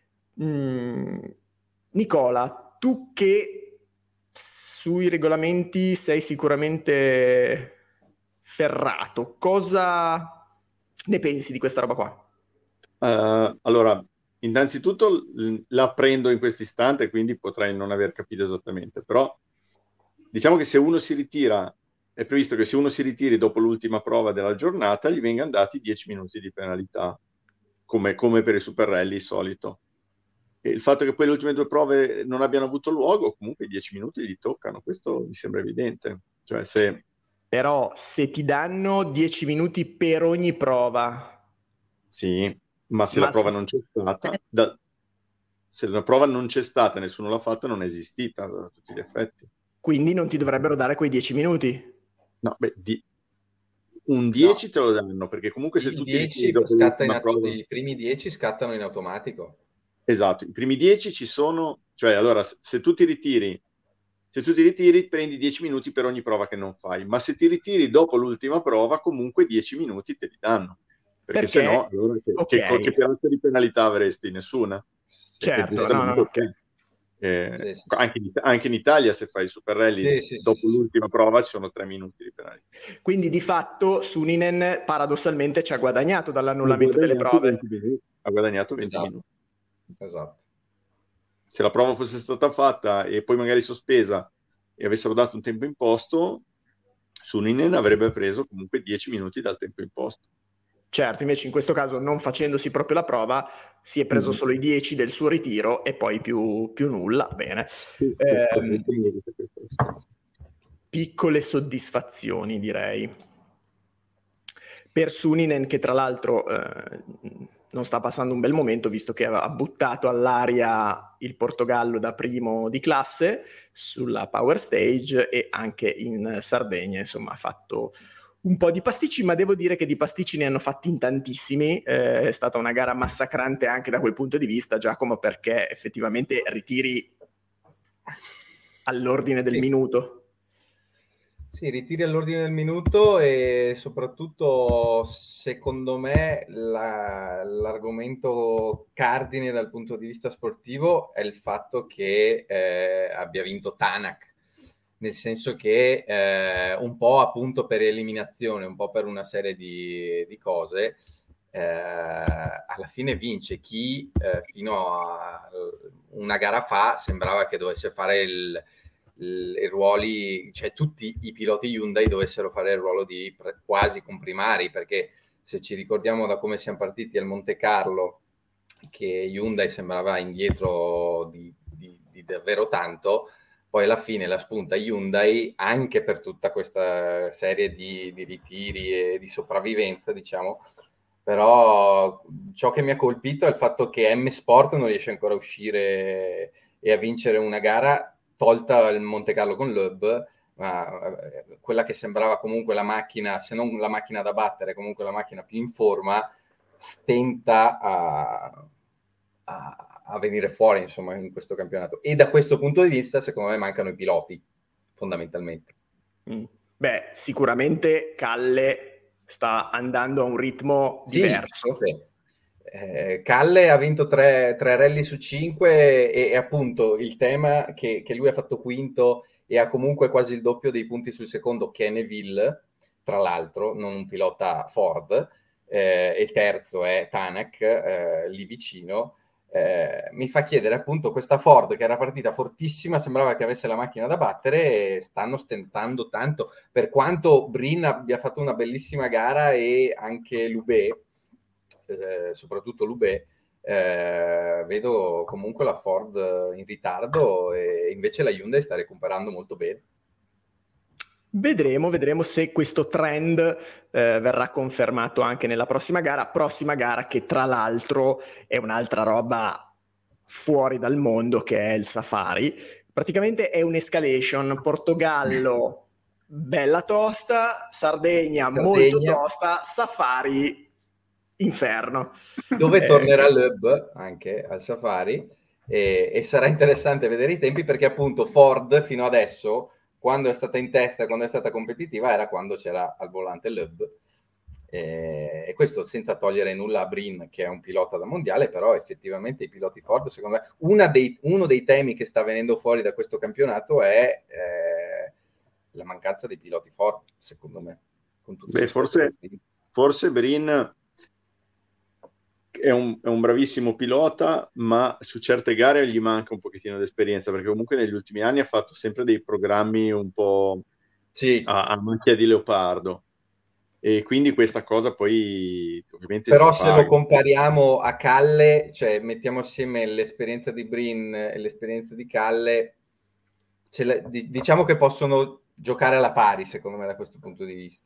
Mm, Nicola, tu che sui regolamenti sei sicuramente ferrato, cosa ne pensi di questa roba qua? Uh, allora, innanzitutto l- la prendo in questo istante, quindi potrei non aver capito esattamente, però diciamo che se uno si ritira, è previsto che se uno si ritiri dopo l'ultima prova della giornata, gli vengano dati dieci minuti di penalità, come, come per i Super Rally solito. E il fatto che poi le ultime due prove non abbiano avuto luogo, comunque i dieci minuti gli toccano, questo mi sembra evidente. Cioè, se... Però se ti danno dieci minuti per ogni prova... Sì, ma se ma la prova se... non c'è stata, da... se la prova non c'è stata e nessuno l'ha fatta, non è esistita a tutti gli effetti. Quindi non ti dovrebbero dare quei dieci minuti? No, beh, di... un dieci no. Te lo danno, perché comunque se il tu ti dieci ritiri dopo scatta in l'ultima auto- prova... i primi dieci scattano in automatico. Esatto, i primi dieci ci sono, cioè allora se tu ti ritiri, se tu ti ritiri prendi dieci minuti per ogni prova che non fai, ma se ti ritiri dopo l'ultima prova comunque dieci minuti te li danno, perché, perché? se no, allora che, okay. che, che perazzo di penalità avresti? Nessuna. Certo, no, no, no. Okay. Eh, sì, sì. Anche, in, anche in Italia se fai Super Rally sì, sì, dopo sì, l'ultima sì. prova ci sono tre minuti di penalità. Quindi di fatto Suninen paradossalmente ci ha guadagnato dall'annullamento delle prove. Ha guadagnato venti esatto. minuti. Esatto. Se la prova fosse stata fatta e poi magari sospesa e avessero dato un tempo imposto, Suninen avrebbe preso comunque dieci minuti dal tempo imposto. Certo, invece in questo caso, non facendosi proprio la prova, si è preso mm-hmm. solo i dieci del suo ritiro e poi più, più nulla. Bene. Sì, eh, piccole soddisfazioni, direi. Per Suninen, che tra l'altro eh, non sta passando un bel momento, visto che ha buttato all'aria il Portogallo da primo di classe sulla Power Stage, e anche in Sardegna, insomma, ha fatto un po' di pasticci, ma devo dire che di pasticci ne hanno fatti in tantissimi. Eh, è stata una gara massacrante anche da quel punto di vista, Giacomo, perché effettivamente ritiri all'ordine del sì. minuto. Sì, ritiri all'ordine del minuto, e soprattutto secondo me la, l'argomento cardine dal punto di vista sportivo è il fatto che eh, abbia vinto Tanak, nel senso che eh, un po' appunto per eliminazione, un po' per una serie di, di cose, eh, alla fine vince chi eh, fino a una gara fa sembrava che dovesse fare il i ruoli, cioè tutti i piloti Hyundai dovessero fare il ruolo di quasi comprimari, perché se ci ricordiamo da come siamo partiti al Monte Carlo, che Hyundai sembrava indietro di, di, di davvero tanto, poi alla fine la spunta Hyundai, anche per tutta questa serie di, di ritiri e di sopravvivenza, diciamo. Però ciò che mi ha colpito è il fatto che M Sport non riesce ancora a uscire e a vincere una gara, tolta il Monte Carlo con Loeb, ma quella che sembrava comunque la macchina, se non la macchina da battere, comunque la macchina più in forma, stenta a, a, a venire fuori, insomma, in questo campionato. E da questo punto di vista, secondo me, mancano i piloti, fondamentalmente. Mm. Beh, sicuramente Calle sta andando a un ritmo sì, diverso. Sì. Eh, Calle ha vinto tre, tre rally su cinque, e, e appunto il tema che, che lui ha fatto quinto e ha comunque quasi il doppio dei punti sul secondo, che è Neville, tra l'altro, non un pilota Ford, eh, e terzo è Tanak, eh, lì vicino, eh, mi fa chiedere appunto questa Ford che era partita fortissima, sembrava che avesse la macchina da battere, e stanno stentando tanto, per quanto Brin abbia fatto una bellissima gara e anche Lubé, eh, soprattutto Lubé, eh, vedo comunque la Ford in ritardo e invece la Hyundai sta recuperando molto bene. Vedremo, vedremo se questo trend eh, verrà confermato anche nella prossima gara, prossima gara che tra l'altro è un'altra roba fuori dal mondo, che è il Safari. Praticamente è un'escalation, Portogallo bella tosta, Sardegna, Sardegna molto tosta, Safari inferno. Dove eh, tornerà l'Hub anche al Safari, e, e sarà interessante vedere i tempi, perché appunto Ford fino adesso, quando è stata in testa, quando è stata competitiva, era quando c'era al volante l'Hub, e, e questo senza togliere nulla a Brin, che è un pilota da mondiale, però effettivamente i piloti Ford, secondo me, una dei, uno dei temi che sta venendo fuori da questo campionato è eh, la mancanza dei piloti Ford, secondo me. Con tutti Beh, forse, forse Brin è un, è un bravissimo pilota, ma su certe gare gli manca un pochettino di esperienza, perché comunque negli ultimi anni ha fatto sempre dei programmi un po' sì. a, a macchia di leopardo, e quindi questa cosa poi ovviamente però si se paga. lo compariamo a Calle, cioè mettiamo assieme l'esperienza di Brin e l'esperienza di Calle, ce la, diciamo che possono giocare alla pari, secondo me, da questo punto di vista.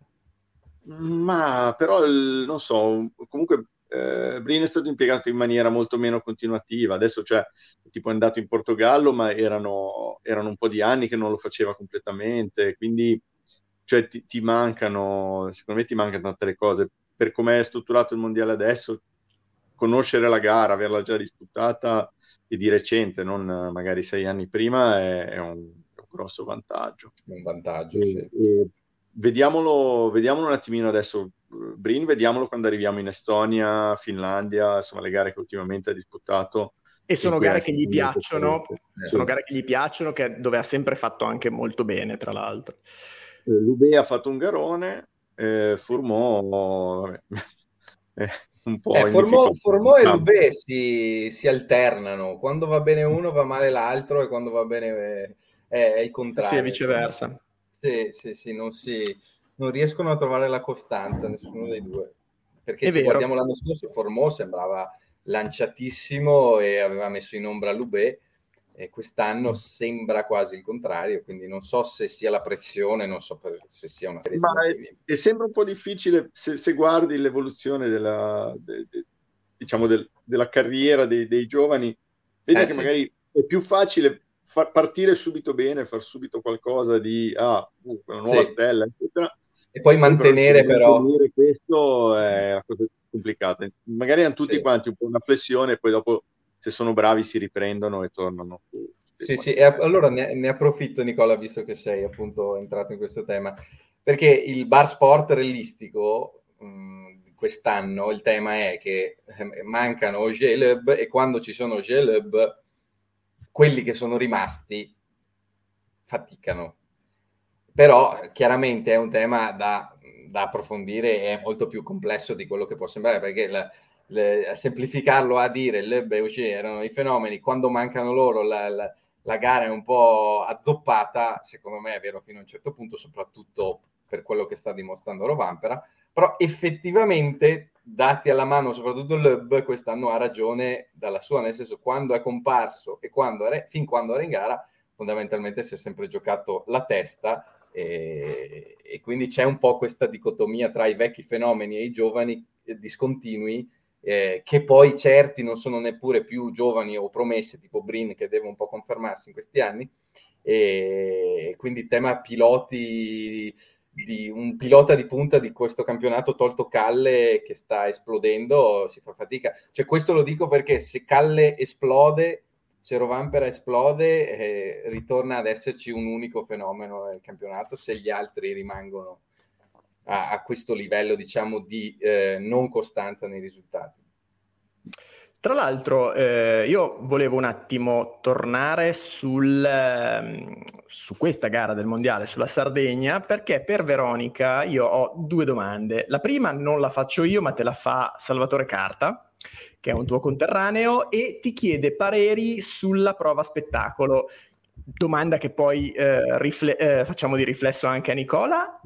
Ma però il- non so, comunque eh, Brin è stato impiegato in maniera molto meno continuativa. Adesso, cioè, tipo è andato in Portogallo, ma erano, erano un po' di anni che non lo faceva completamente, quindi cioè, ti, ti mancano, secondo me ti mancano tante le cose. Per come è strutturato il mondiale adesso, conoscere la gara, averla già disputata e di recente, non eh, magari sei anni prima, è, è un, è un grosso vantaggio. Un vantaggio, E, sì. e vediamolo, vediamolo un attimino adesso. Brin, vediamolo quando arriviamo in Estonia, Finlandia, insomma le gare che ultimamente ha disputato. E sono gare che gli molto piacciono, forte. sono Sì. gare che gli piacciono, che, dove ha sempre fatto anche molto bene, tra l'altro. Eh, Lubé ha fatto un garone, eh, Fourmont vabbè, eh, un po' Eh, in Formò, difficoltà. Formò e diciamo. Lubé si, si alternano, quando va bene uno va male l'altro, e quando va bene eh, è, è il Sì, e contrario. viceversa. Sì, sì, sì, non, si, non riescono a trovare la costanza, nessuno dei due. Perché È se vero. guardiamo l'anno scorso, Formò sembrava lanciatissimo e aveva messo in ombra Lubé, e quest'anno sembra quasi il contrario, quindi non so se sia la pressione, non so per, se sia una serie Ma di motivi. è, è sempre un po' difficile se, se guardi l'evoluzione della, de, de, diciamo del, della carriera dei, dei giovani, vedi Eh che sì, magari è più facile far partire subito bene, far subito qualcosa di ah, uh, una nuova sì. stella, eccetera. E poi Poi però mantenere però... mantenere questo è la cosa complicata. Magari hanno tutti Sì. quanti un po' una flessione, e poi dopo, se sono bravi, si riprendono e tornano su. Sì, sì, e allora ne, ne approfitto, Nicola, visto che sei appunto entrato in questo tema, perché il bar sport realistico mh, quest'anno il tema è che eh, mancano Ogier e Loeb, e quando ci sono Ogier e Loeb, quelli che sono rimasti faticano. Però chiaramente è un tema da, da approfondire, è molto più complesso di quello che può sembrare, perché la, le, a semplificarlo a dire Loeb e Ogier erano i fenomeni, quando mancano loro la, la la gara è un po' azzoppata, secondo me è vero fino a un certo punto, soprattutto per quello che sta dimostrando Rovanpera, però effettivamente, dati alla mano soprattutto l'Hub, quest'anno ha ragione dalla sua, nel senso, quando è comparso e quando era, fin quando era in gara, fondamentalmente si è sempre giocato la testa, e, e quindi c'è un po' questa dicotomia tra i vecchi fenomeni e i giovani eh, discontinui, Eh, che poi certi non sono neppure più giovani o promesse, tipo Brin, che deve un po' confermarsi in questi anni, e quindi tema piloti, di un pilota di punta di questo campionato, tolto Calle che sta esplodendo, si fa fatica. Cioè, questo lo dico perché se Calle esplode, se Rovanpera esplode, eh, ritorna ad esserci un unico fenomeno nel campionato, se gli altri rimangono a, a questo livello, diciamo, di eh, non costanza nei risultati. Tra l'altro, eh, io volevo un attimo tornare sul, ehm, su questa gara del mondiale, sulla Sardegna, perché per Veronica io ho due domande. La prima non la faccio io, ma te la fa Salvatore Carta, che è un tuo conterraneo, e ti chiede pareri sulla prova spettacolo. Domanda che poi eh, rifle- eh, facciamo di riflesso anche a Nicola.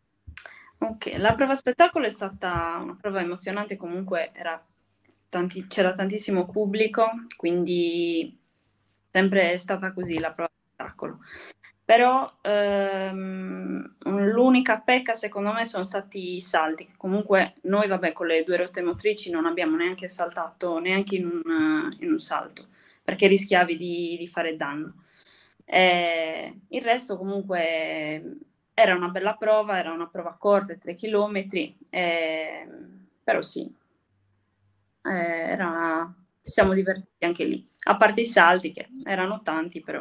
Ok, la prova spettacolo è stata una prova emozionante, comunque era tanti, c'era tantissimo pubblico, quindi sempre è stata così la prova spettacolo. Però ehm, l'unica pecca secondo me sono stati i salti, che comunque noi vabbè con le due rotte motrici non abbiamo neanche saltato neanche in un, in un salto, perché rischiavi di, di fare danno. E il resto comunque era una bella prova, era una prova corta, tre chilometri, eh, però sì, eh, era, ci siamo divertiti anche lì, a parte i salti che erano tanti, però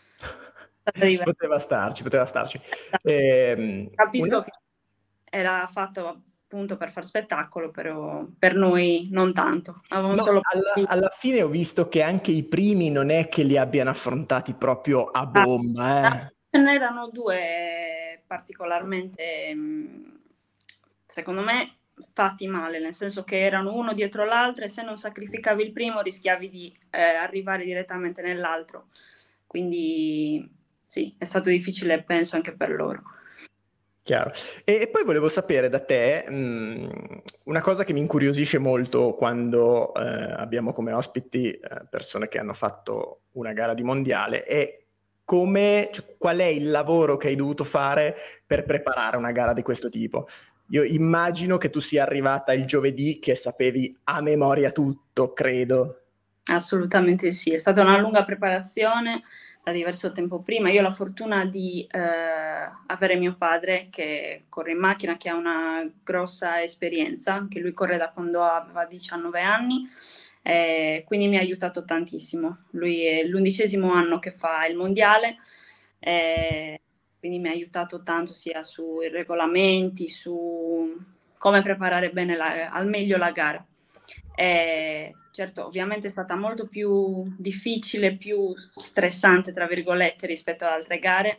è stata divertente. Poteva starci, poteva starci. Eh, Capisco una... che era fatto appunto per far spettacolo, però per noi non tanto. Avevamo No, solo... alla, alla fine ho visto che anche i primi non è che li abbiano affrontati proprio a bomba, eh. Ce n'erano due particolarmente, mh, secondo me, fatti male, nel senso che erano uno dietro l'altro e se non sacrificavi il primo rischiavi di eh, arrivare direttamente nell'altro. Quindi sì, è stato difficile, penso, anche per loro. Chiaro. E, e poi volevo sapere da te mh, una cosa che mi incuriosisce molto quando eh, abbiamo come ospiti eh, persone che hanno fatto una gara di mondiale è come, cioè, qual è il lavoro che hai dovuto fare per preparare una gara di questo tipo. Io immagino che tu sia arrivata il giovedì che sapevi a memoria tutto, credo. Assolutamente sì, è stata una lunga preparazione da diverso tempo prima. Io ho la fortuna di eh, avere mio padre che corre in macchina, che ha una grossa esperienza, anche lui corre da quando aveva diciannove anni, eh, quindi mi ha aiutato tantissimo. Lui è l'undicesimo anno che fa il mondiale, eh, quindi mi ha aiutato tanto sia sui regolamenti, su come preparare bene la, al meglio la gara. Eh, certo, ovviamente è stata molto più difficile, più stressante, tra virgolette, rispetto ad altre gare,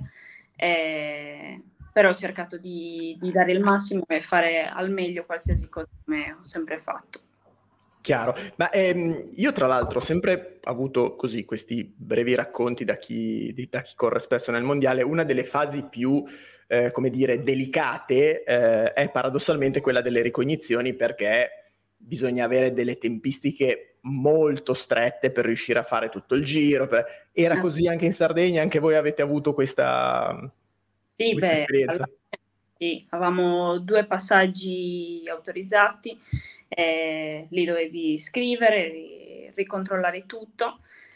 eh, però ho cercato di, di dare il massimo e fare al meglio qualsiasi cosa come ho sempre fatto. Chiaro, ma ehm, io tra l'altro ho sempre avuto così questi brevi racconti da chi, di, da chi corre spesso nel mondiale. Una delle fasi più, eh, come dire, delicate eh, è paradossalmente quella delle ricognizioni, perché bisogna avere delle tempistiche molto strette per riuscire a fare tutto il giro. Per... Era così anche in Sardegna? Anche voi avete avuto questa, sì, questa beh, esperienza? allora, sì, avevamo due passaggi autorizzati. Eh, li dovevi scrivere, ricontrollare tutto,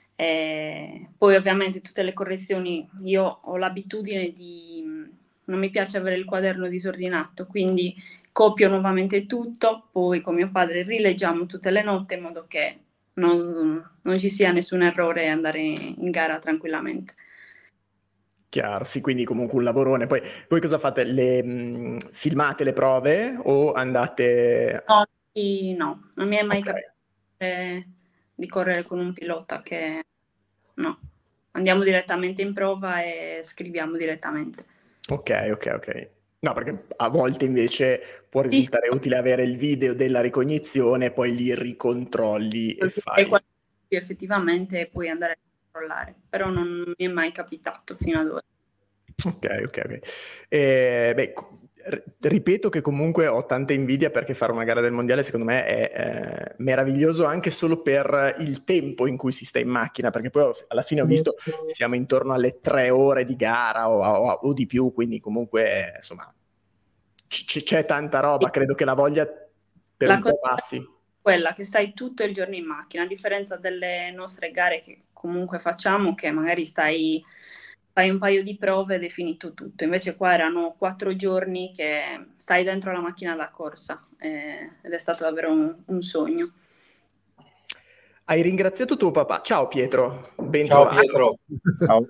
eh, poi ovviamente tutte le correzioni, io ho l'abitudine di, non mi piace avere il quaderno disordinato, quindi copio nuovamente tutto, poi con mio padre rileggiamo tutte le note in modo che non, non ci sia nessun errore e andare in gara tranquillamente. Chiaro, sì, quindi comunque un lavorone. Poi voi cosa fate? Le, mh, filmate le prove o andate... No, no, non mi è mai Ok. capitato eh, di correre con un pilota che no, andiamo direttamente in prova e scriviamo direttamente. Ok, ok, ok. No, perché a volte invece può Sì, risultare sì, utile avere il video della ricognizione, poi li ricontrolli e e fai... effettivamente puoi andare a controllare, però non mi è mai capitato fino ad ora. Ok, ok, ok. Eh, beh, co- r- ripeto che comunque ho tanta invidia perché fare una gara del mondiale secondo me è eh, meraviglioso anche solo per il tempo in cui si sta in macchina, perché poi alla fine ho visto siamo intorno alle tre ore di gara o, o- o di più, quindi comunque insomma c- c'è tanta roba, credo che la voglia per La un cosa po' passi. è quella che stai tutto il giorno in macchina, a differenza delle nostre gare che comunque facciamo, che magari stai, fai un paio di prove ed è finito tutto. Invece qua erano quattro giorni che stai dentro la macchina da corsa eh, ed è stato davvero un, un sogno. Hai ringraziato tuo papà. Ciao Pietro, ben Ciao trovato. Pietro. Ciao.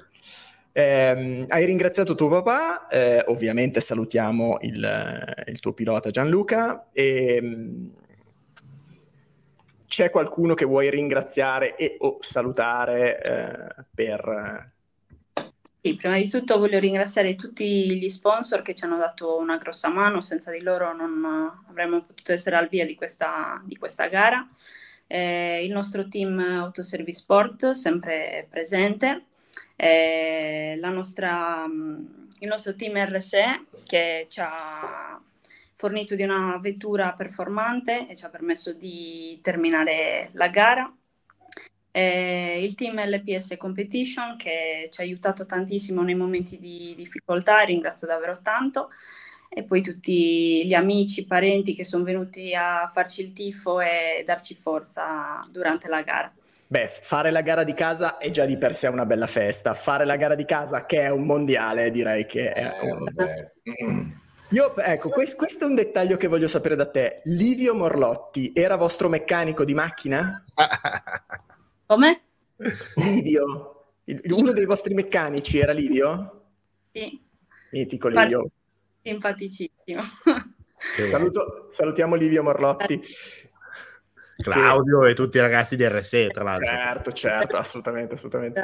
Eh, hai ringraziato tuo papà, eh, ovviamente salutiamo il, il tuo pilota Gianluca e, c'è qualcuno che vuoi ringraziare e o salutare eh, per... Sì, prima di tutto voglio ringraziare tutti gli sponsor che ci hanno dato una grossa mano, senza di loro non avremmo potuto essere al via di questa, di questa gara. Eh, il nostro team Autoservice Sport, sempre presente, eh, la nostra, il nostro team R S E che ci ha fornito di una vettura performante e ci ha permesso di terminare la gara. Eh, il team L P S Competition che ci ha aiutato tantissimo nei momenti di difficoltà, ringrazio davvero tanto, e poi tutti gli amici, parenti che sono venuti a farci il tifo e darci forza durante la gara. Beh, fare la gara di casa è già di per sé una bella festa, fare la gara di casa che è un mondiale direi che è Eh, un... vabbè. Io, ecco, questo, questo è un dettaglio che voglio sapere da te. Livio Morlotti era vostro meccanico di macchina? Come? Livio, il- uno dei vostri meccanici era Livio? Sì. Mitico Livio. Simpaticissimo. Saluto- salutiamo Livio Morlotti. Claudio e tutti i ragazzi di R S E, tra l'altro. Certo, certo, assolutamente, assolutamente.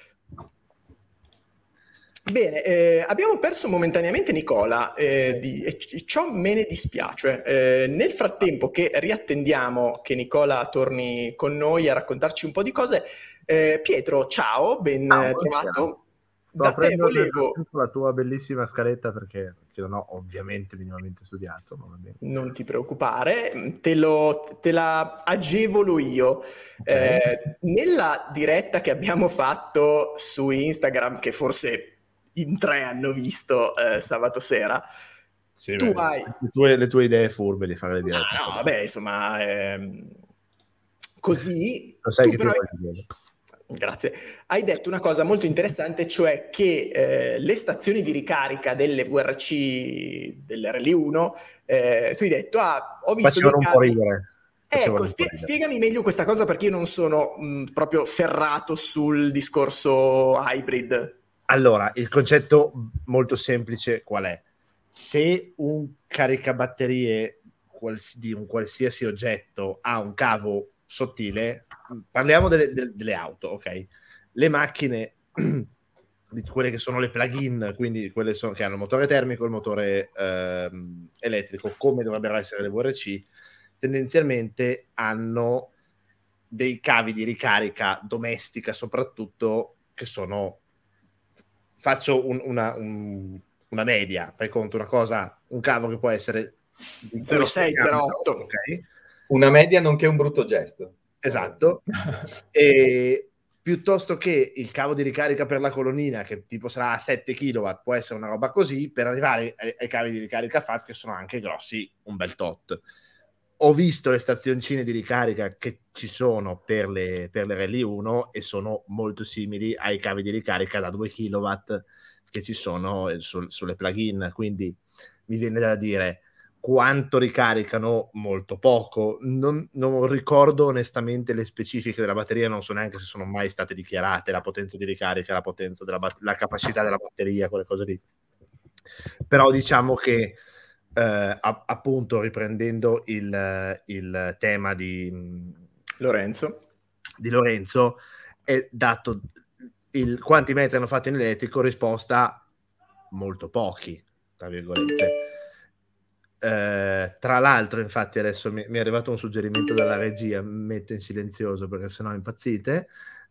Bene, eh, abbiamo perso momentaneamente Nicola eh, di, e ciò me ne dispiace. Eh, nel frattempo che riattendiamo che Nicola torni con noi a raccontarci un po' di cose, eh, Pietro, ciao, ben Ciao, trovato. ciao. Sto Da te aprendo volevo... la tua bellissima scaletta perché, perché non ho ovviamente minimamente studiato. Ma va bene. Non ti preoccupare, te, lo, te la agevolo io. Okay. Eh, nella diretta che abbiamo fatto su Instagram, che forse in tre hanno visto eh, sabato sera, Sì, tu beh, hai... le, tue, le tue idee furbe di fare le dirette. No, no, vabbè, insomma, ehm, così... Lo sai tu che però ti hai- voglio bene. Grazie. Hai detto una cosa molto interessante, cioè che eh, le stazioni di ricarica delle V R C dell'R L uno, eh, tu hai detto, ah, ho visto Facevano dei un po' cavi... ridere. Facevano Ecco, un po' spie- ridere. spiegami meglio questa cosa perché io non sono mh, proprio ferrato sul discorso hybrid. Allora, il concetto molto semplice qual è? Se un caricabatterie quals- di un qualsiasi oggetto ha un cavo sottile, parliamo delle, delle- delle auto, ok? Le macchine, di quelle che sono le plug-in, quindi quelle sono- che hanno il motore termico e il motore ehm, elettrico, come dovrebbero essere le V R C, tendenzialmente hanno dei cavi di ricarica domestica soprattutto che sono... Faccio un- una, un- una media, fai conto una cosa, un cavo che può essere di zero sei questo zero diametro, otto. ok? Una media nonché un brutto gesto. Esatto. E piuttosto che il cavo di ricarica per la colonnina, che tipo sarà sette chilowatt, può essere una roba così, per arrivare ai, ai cavi di ricarica F A T, che sono anche grossi un bel tot. Ho visto le stazioncine di ricarica che ci sono per le, per le R L uno e sono molto simili ai cavi di ricarica da due chilowatt che ci sono sul, sulle plugin, quindi mi viene da dire quanto ricaricano, molto poco. Non, non ricordo onestamente le specifiche della batteria, non so neanche se sono mai state dichiarate, la potenza di ricarica, la potenza della bat- la capacità della batteria, quelle cose lì. Però diciamo che eh, a- appunto riprendendo il, il tema di Lorenzo. di Lorenzo, è dato il, quanti metri hanno fatto in elettrico, risposta molto pochi, tra virgolette. Eh, tra l'altro, infatti, adesso mi, mi è arrivato un suggerimento dalla regia, metto in silenzioso perché sennò impazzite.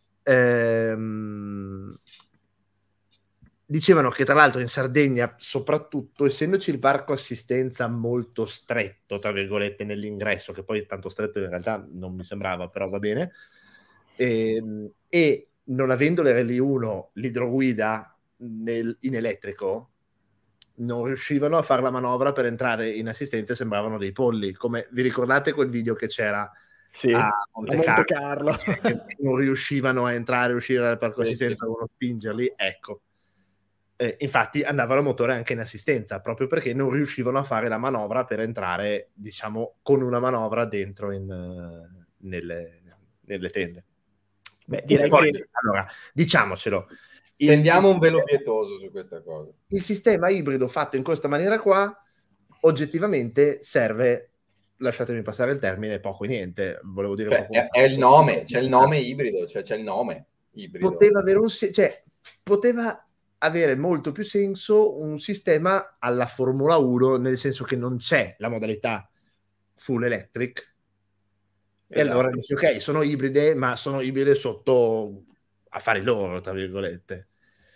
Ehm, dicevano che tra l'altro in Sardegna, soprattutto essendoci il parco assistenza molto stretto, tra virgolette, nell'ingresso, che poi tanto stretto in realtà non mi sembrava, però va bene, ehm, e non avendo le R L uno l'idroguida nel, in elettrico, non riuscivano a fare la manovra per entrare in assistenza e sembravano dei polli. Come vi ricordate quel video che c'era Sì, a a Monte, Monte Carlo, Carlo. che non riuscivano a entrare e uscire dal parco Sì, assistenza, sì. uno spingerli? Ecco. Eh, infatti andavano a motore anche in assistenza, proprio perché non riuscivano a fare la manovra per entrare, diciamo, con una manovra dentro in, uh, nelle, nelle tende. Beh, direi poi, che... allora, diciamocelo. il- Stendiamo il un velo sistema- pietoso su questa cosa. Il sistema ibrido fatto in questa maniera qua oggettivamente serve lasciatemi passare il termine, poco e niente. Volevo dire cioè, poco è, è il nome, c'è il nome ibrido, cioè c'è il nome ibrido. Poteva avere un se- cioè, poteva avere molto più senso un sistema alla Formula uno, nel senso che non c'è la modalità full electric. E Esatto. allora dici, ok, sono ibride, ma sono ibride sotto affari loro, tra virgolette.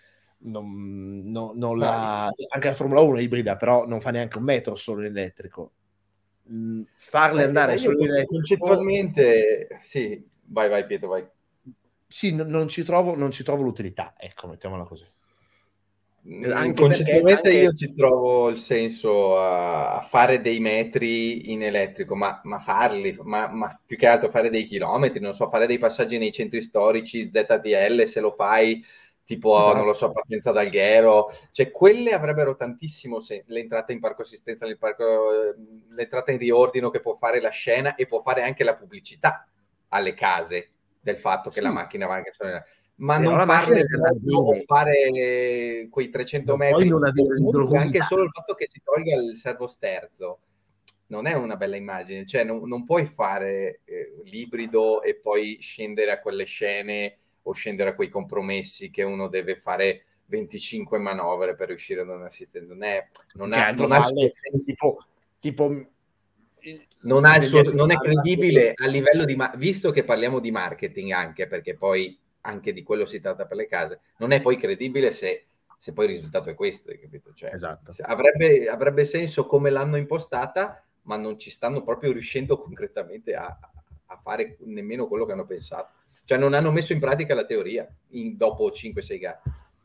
Non, no- non la... Anche la Formula uno è ibrida, però non fa neanche un metro solo in elettrico. Mm, farle Ma- andare ma io solo in elettrico... concettualmente, sì, vai, vai Pietro, vai. Sì, non, non ci trovo, non ci trovo l'utilità, ecco, mettiamola così. Anche Concettualmente perché, anche... io ci trovo il senso a, a fare dei metri in elettrico, ma, ma farli, ma, ma più che altro fare dei chilometri, non so, fare dei passaggi nei centri storici, Z T L, se lo fai tipo, Esatto. non lo so, Pazienza d'Alghero, cioè quelle avrebbero tantissimo senso, l'entrata in parco assistenza, parco, l'entrata in riordino che può fare la scena e può fare anche la pubblicità alle case del fatto che Sì. la macchina va anche solo in ma Però non la macchina farne deve andare. fare quei trecento Non metri, puoi non avere o comunque l'idroguida. anche solo il fatto che si tolga il servosterzo non è una bella immagine, cioè non, non puoi fare eh, l'ibrido e poi scendere a quelle scene o scendere a quei compromessi che uno deve fare venticinque manovre per riuscire ad un assistente, non è, non Che ha, altro non ha il falle, suo- tipo, tipo non, ha il suo, degli- non è credibile a livello di, ma- visto che parliamo di marketing anche, perché poi anche di quello si tratta per le case, non è poi credibile se, se poi il risultato è questo, hai capito? Cioè, Esatto. avrebbe, avrebbe senso come l'hanno impostata, ma non ci stanno proprio riuscendo concretamente a, a fare nemmeno quello che hanno pensato. Cioè non hanno messo in pratica la teoria in, dopo cinque sei gare.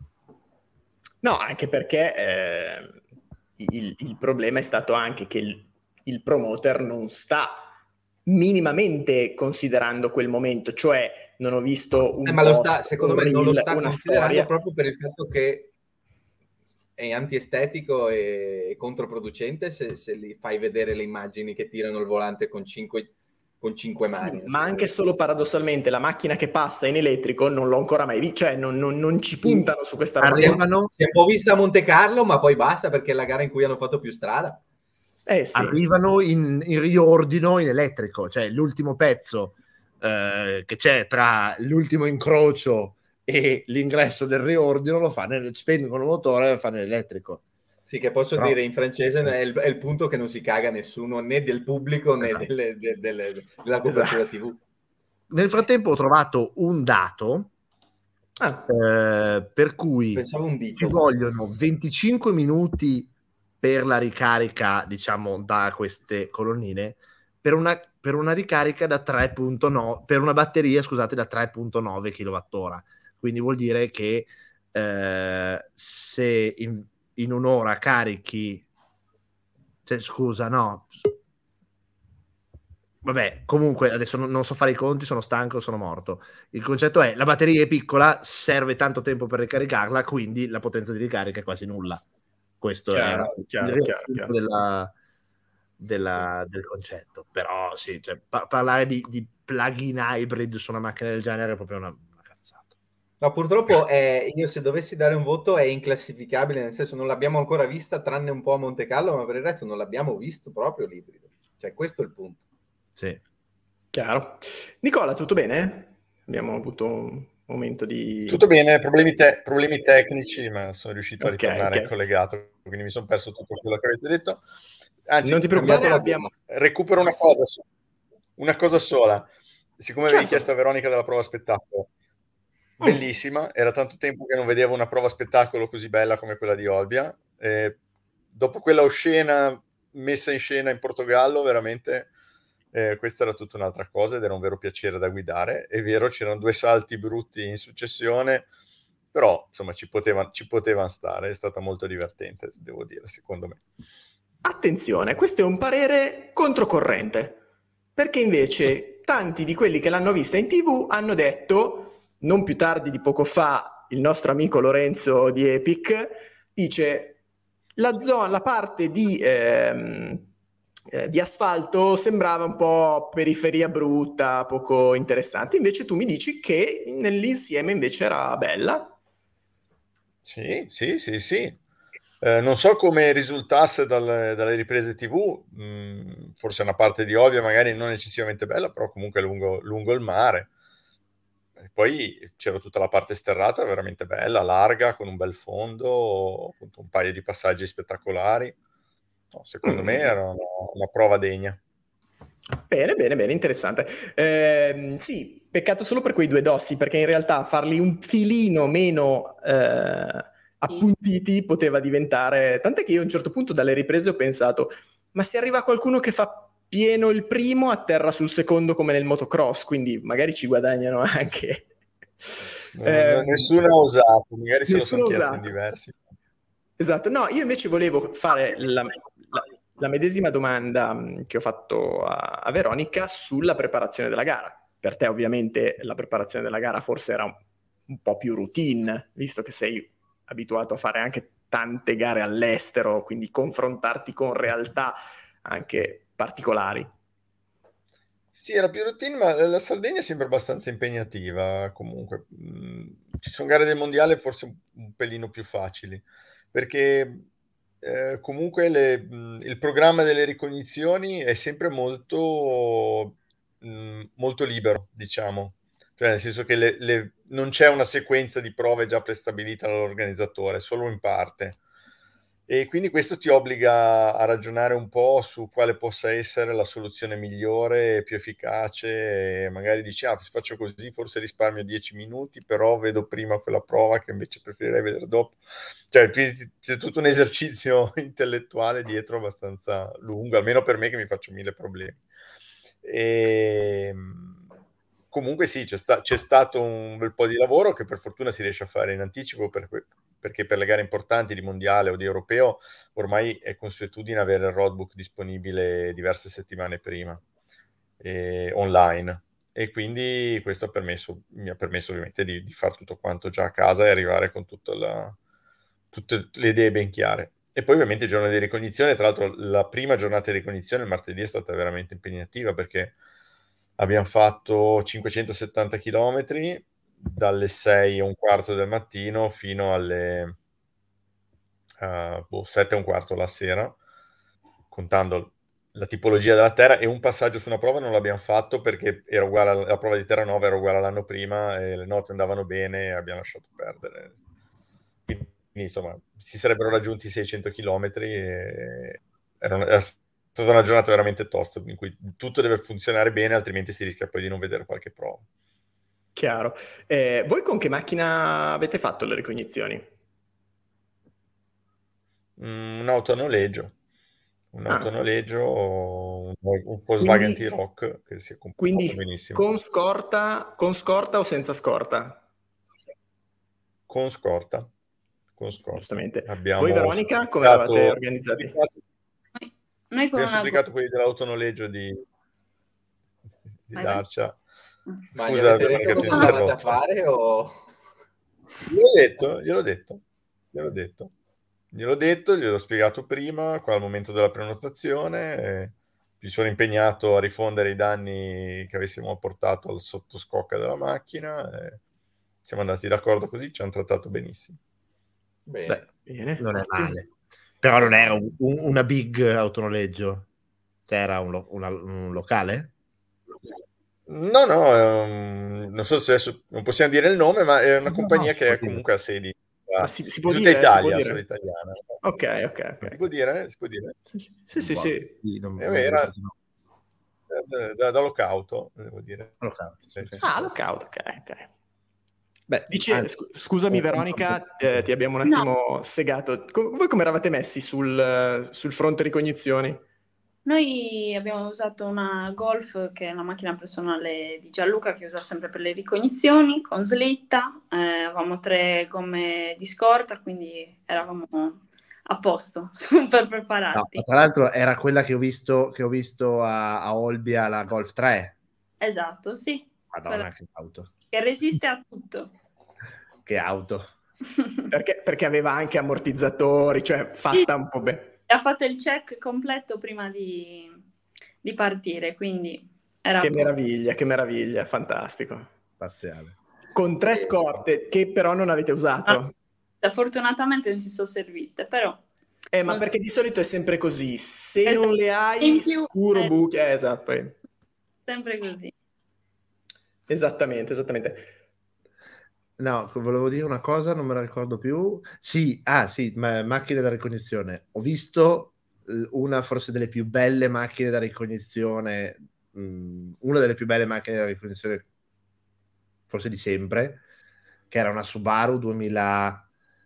No, anche perché eh, il, il problema è stato anche che il, il promoter non sta minimamente considerando quel momento, cioè non ho visto un Eh, ma lo post, sta, secondo un me non lo reel, sta una considerando storia. proprio per il fatto che è antiestetico e controproducente se, se li fai vedere le immagini che tirano il volante con cinque, con cinque Sì, mani. ma anche solo paradossalmente la macchina che passa in elettrico non l'ho ancora mai vista, cioè non, non, non ci puntano su questa roba. Arrivano, Si è un po' vista a Monte Carlo, ma poi basta perché è la gara in cui hanno fatto più strada. Eh sì. arrivano in, in riordino in elettrico, cioè l'ultimo pezzo eh, che c'è tra l'ultimo incrocio e l'ingresso del riordino lo fa nel, spengono il motore e lo fanno in elettrico. Sì, che posso Però, dire in francese è il, è il punto che non si caga nessuno, né del pubblico né esatto. delle, de, delle, della copertura Esatto. tivù. Nel frattempo ho trovato un dato Ah. eh, per cui Pensavo un dito. ci vogliono venticinque minuti per la ricarica, diciamo, da queste colonnine per una, per una ricarica da tre virgola nove per una batteria, scusate, da tre virgola nove chilowattora. Quindi vuol dire che eh, se in, in un'ora carichi, cioè, scusa, no. Vabbè, comunque adesso non, non so fare i conti, sono stanco, sono morto. Il concetto è la batteria è piccola, serve tanto tempo per ricaricarla, quindi la potenza di ricarica è quasi nulla. Questo Chiaro, è il chiaro, chiaro, chiaro. Della, della, del concetto. Però sì, cioè, pa- parlare di, di plug-in hybrid su una macchina del genere è proprio una, una cazzata. No, purtroppo è, io se dovessi dare un voto è inclassificabile, nel senso non l'abbiamo ancora vista tranne un po' a Monte Carlo, ma per il resto non l'abbiamo visto proprio l'ibrido. Cioè questo è il punto. Sì. Chiaro. Nicola, tutto bene? Abbiamo avuto un momento di... Tutto bene, problemi, te- problemi tecnici, ma sono riuscito a Ok, ritornare ok. collegato, quindi mi sono perso tutto quello che avete detto. Anzi, Non ti preoccupare, Cambiato la abbiamo... recupero una cosa, so- una cosa sola. Siccome avevi Certo. chiesto a Veronica della prova spettacolo, Mm. bellissima, era tanto tempo che non vedevo una prova spettacolo così bella come quella di Olbia. E dopo quella oscena messa in scena in Portogallo, veramente eh, questa era tutta un'altra cosa ed era un vero piacere da guidare. È vero, c'erano due salti brutti in successione, però insomma ci potevano ci potevano stare, è stata molto divertente, devo dire, secondo me. Attenzione, questo è un parere controcorrente, perché invece tanti di quelli che l'hanno vista in tivù hanno detto, non più tardi di poco fa, il nostro amico Lorenzo di Epic dice la zona, la parte di, ehm, eh, di asfalto sembrava un po' periferia brutta, poco interessante, invece tu mi dici che nell'insieme invece era bella. Sì, sì, sì, sì. Eh, non so come risultasse dal, dalle riprese tivù, mh, forse una parte di Olbia magari non eccessivamente bella, però comunque lungo, lungo il mare. E poi c'era tutta la parte sterrata veramente bella, larga, con un bel fondo, appunto un paio di passaggi spettacolari. No, secondo Mm. me era una, una prova degna. Bene, bene, bene, interessante. Ehm, sì, peccato solo per quei due dossi, perché in realtà farli un filino meno eh, appuntiti poteva diventare... Tant'è che io a un certo punto dalle riprese ho pensato, ma se arriva qualcuno che fa pieno il primo, atterra sul secondo come nel motocross, quindi magari ci guadagnano anche. No, Ehm, no, nessuno ha osato, magari se lo nessuno sono ha chiesto in osato. diversi. Esatto, no, io invece volevo fare la, la- la medesima domanda mh, che ho fatto a, a Veronica sulla preparazione della gara. Per te ovviamente la preparazione della gara forse era un, un po' più routine, visto che sei abituato a fare anche tante gare all'estero, quindi confrontarti con realtà anche particolari. Sì, era più routine, ma la Sardegna è sempre abbastanza impegnativa comunque. Mm, ci sono gare del mondiale forse un, un pelino più facili, perché eh, comunque le- mm, il programma delle ricognizioni è sempre molto, mm, molto libero, diciamo. Cioè, nel senso che le- le- non c'è una sequenza di prove già prestabilita dall'organizzatore, solo in parte. E quindi questo ti obbliga a ragionare un po' su quale possa essere la soluzione migliore e più efficace. E magari dici, ah, se faccio così forse risparmio dieci minuti, però vedo prima quella prova che invece preferirei vedere dopo. Cioè, quindi c'è tutto un esercizio intellettuale dietro abbastanza lungo, almeno per me che mi faccio mille problemi. E... Comunque sì, c'è, sta- c'è stato un bel po' di lavoro che per fortuna si riesce a fare in anticipo per que- perché per le gare importanti di mondiale o di europeo ormai è consuetudine avere il roadbook disponibile diverse settimane prima, eh, online. E quindi questo ha permesso, mi ha permesso ovviamente di, di fare tutto quanto già a casa e arrivare con tutta la- tutte le idee ben chiare. E poi ovviamente il giorno di ricognizione, tra l'altro la prima giornata di ricognizione, il martedì, è stata veramente impegnativa perché abbiamo fatto cinquecentosettanta chilometri dalle sei e un quarto del mattino fino alle uh, boh, sette e un quarto la sera, contando la tipologia della terra, e un passaggio su una prova non l'abbiamo fatto perché era uguale alla, la prova di Terranova era uguale all'anno prima e le note andavano bene e abbiamo lasciato perdere. Quindi insomma si sarebbero raggiunti seicento chilometri e era, una, era stata una giornata veramente tosta in cui tutto deve funzionare bene, altrimenti si rischia poi di non vedere qualche prova. Chiaro. Eh, voi con che macchina avete fatto le ricognizioni? Mm, un autonoleggio, un Ah, autonoleggio, un, un Volkswagen quindi, T-Roc che si è comportato quindi benissimo. con scorta, con scorta o senza scorta? Con scorta, con scorta. Giustamente. Abbiamo Voi Veronica, come eravate organizzati? Noi con abbiamo una supplicato quelli dell'autonoleggio di, di Vai, vai. Darcia. Ma gli Scusa, avete detto Veronica, ti ho cosa andavate a interrotto. fare o... Gliel'ho detto, gliel'ho detto, gliel'ho detto. Gliel'ho detto, gliel'ho spiegato prima, qua al momento della prenotazione, e mi sono impegnato a rifondere i danni che avessimo apportato al sottoscocca della macchina, e siamo andati d'accordo così, ci hanno trattato benissimo. Bene. Beh, Bene, non è ottimo. male. Però non era un- un- una big autonoleggio. Cioè era un, lo- una- un locale? No, no, è un- non so se adesso non possiamo dire il nome, ma è una No, compagnia no, si che può è dire. comunque a sedi Ma a- si, si in può tutta dire? Si può Italia, solo dire? italiana. Ok, ok, Si ok. può dire? Si può dire? Sì, sì, sì, sì, sì. Sì, non- Eh, non beh, vorrei era dire no. da, da, da locauto, devo dire. Locale, sì, Eh, sì. Ah, lockout, ok, ok. Beh, Dice, anzi, scu- scusami un- Veronica, eh, ti abbiamo un No. attimo segato. Co- voi come eravate messi sul, sul fronte ricognizioni? Noi abbiamo usato una Golf, che è la macchina personale di Gianluca, che usa sempre per le ricognizioni, con slitta. Eh, avevamo tre gomme di scorta, quindi eravamo a posto, super no, preparati. tra l'altro era quella che ho visto, che ho visto a, a Olbia, la Golf tre. Esatto, sì. Madonna, Quella che auto. che resiste a tutto. Che auto. Perché, perché aveva anche ammortizzatori, cioè fatta un po' bene. Ha fatto il check completo prima di, di partire, quindi era Che a posto. meraviglia, che meraviglia, fantastico. Spaziale. Con tre scorte che però non avete usato. Ah, fortunatamente non ci sono servite, però Eh, ma perché di solito è sempre così, se esatto. non le hai, In più, sicuro eh, buchi, eh, esatto, poi. Sempre così. Esattamente, esattamente. No, volevo dire una cosa, non me la ricordo più. Sì, ah sì, ma- macchine da ricognizione. Ho visto eh, una forse delle più belle macchine da ricognizione, mh, una delle più belle macchine da ricognizione forse di sempre, che era una Subaru duemilasei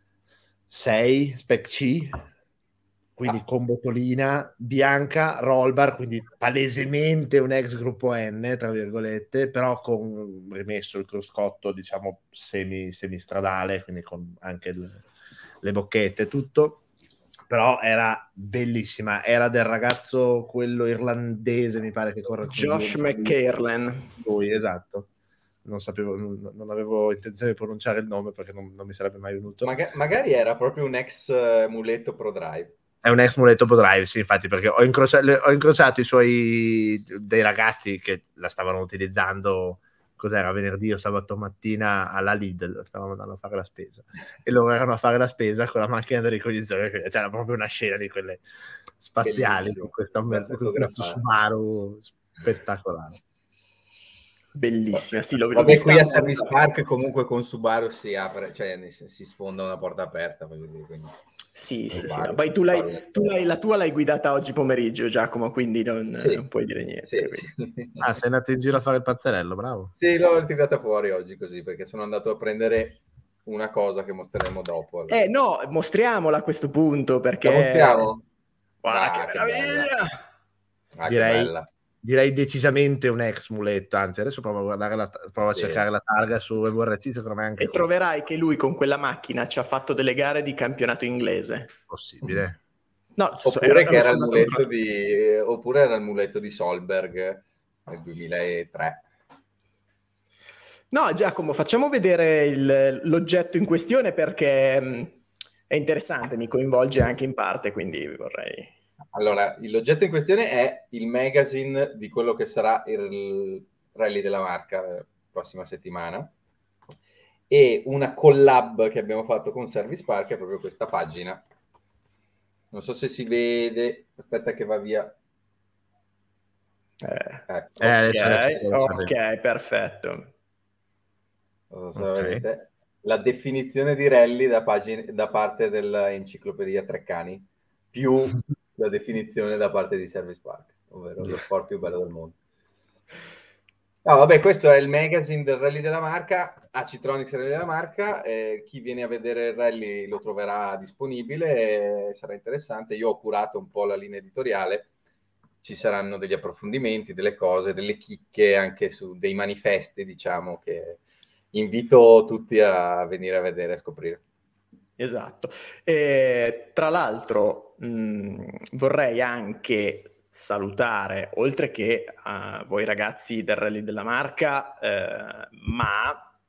Spec C, quindi Ah. con botolina, bianca, roll bar, quindi palesemente un ex gruppo N, tra virgolette, però con rimesso il cruscotto, diciamo, semi, semistradale, quindi con anche il, le bocchette e tutto. Però era bellissima, era del ragazzo, quello irlandese, mi pare che corre con Josh lui. McCairlen. Lui, esatto. Non sapevo, non, non avevo intenzione di pronunciare il nome perché non, non mi sarebbe mai venuto. Maga- magari era proprio un ex uh, muletto Pro Drive. È un ex muletto Pro Drive, sì, infatti, perché ho incrociato, ho incrociato i suoi dei ragazzi che la stavano utilizzando, cos'era, venerdì o sabato mattina alla Lidl, stavamo andando a fare la spesa e loro erano a fare la spesa con la macchina di ricognizione, c'era proprio una scena di quelle spaziali con, questa, con questo Subaru spettacolare. Bellissima, sì, l'ho, l'ho Vabbè, vista qui a molto. Service Park comunque con Subaru si apre, cioè si sfonda una porta aperta, voglio dire, quindi... Sì, sì, sì. No. Poi tu, l'hai, tu l'hai, la tua l'hai guidata oggi pomeriggio, Giacomo, quindi non, sì, non puoi dire niente. Sì, sì. Ah, sei andato in giro a fare il pazzerello, bravo. Sì, l'ho tirata fuori oggi così, perché sono andato a prendere una cosa che mostreremo dopo. Allora. Eh no, mostriamola a questo punto, perché... La mostriamo? Guarda ah, che meraviglia! Ah, direi, che bella. direi decisamente un ex muletto, anzi adesso provo a guardare la, provo a Sì. cercare la targa su V R C, secondo me anche e troverai che lui con quella macchina ci ha fatto delle gare di campionato inglese. Possibile. No, oppure era, che era il muletto di eh, oppure era il muletto di Solberg nel duemilatré. No, Giacomo, facciamo vedere il, l'oggetto in questione perché mh, è interessante, mi coinvolge anche in parte, quindi vorrei... Allora, l'oggetto in questione è il magazine di quello che sarà il rally della marca la prossima settimana, e una collab che abbiamo fatto con Service Park è proprio questa pagina. Non so se si vede, aspetta che va via. Eh, ecco. eh, adesso, ok, adesso, adesso, ok, perfetto. Non so se okay. vedete. La definizione di rally da, pagine, da parte dell'enciclopedia Treccani più la definizione da parte di Service Park, ovvero lo sport più bello del mondo. No, vabbè, questo è il magazine del rally della marca, Acitronics Rally della marca. Eh, chi viene a vedere il rally lo troverà disponibile, eh, sarà interessante. Io ho curato un po' la linea editoriale, ci saranno degli approfondimenti, delle cose, delle chicche anche su dei manifesti, diciamo, che invito tutti a venire a vedere e a scoprire. Esatto. E, tra l'altro mh, vorrei anche salutare, oltre che a voi ragazzi del Rally della marca, eh, ma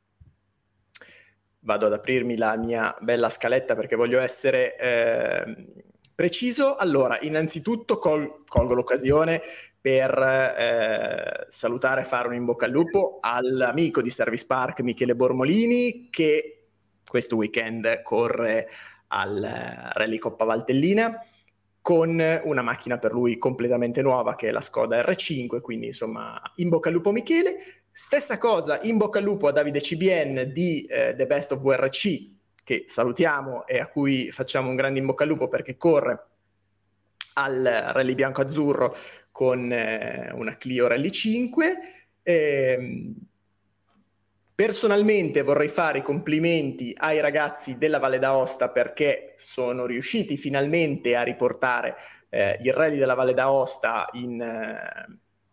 vado ad aprirmi la mia bella scaletta perché voglio essere eh, preciso. Allora, innanzitutto col- colgo l'occasione per eh, salutare e fare un in bocca al lupo all'amico di Service Park Michele Bormolini, che questo weekend corre al Rally Coppa Valtellina con una macchina per lui completamente nuova che è la Skoda R cinque, quindi insomma in bocca al lupo Michele. Stessa cosa, in bocca al lupo a Davide C B N di eh, The Best of V R C, che salutiamo e a cui facciamo un grande in bocca al lupo perché corre al Rally Bianco-Azzurro con eh, una Clio Rally cinque. Eh, personalmente vorrei fare i complimenti ai ragazzi della Valle d'Aosta perché sono riusciti finalmente a riportare eh, il Rally della Valle d'Aosta in, eh,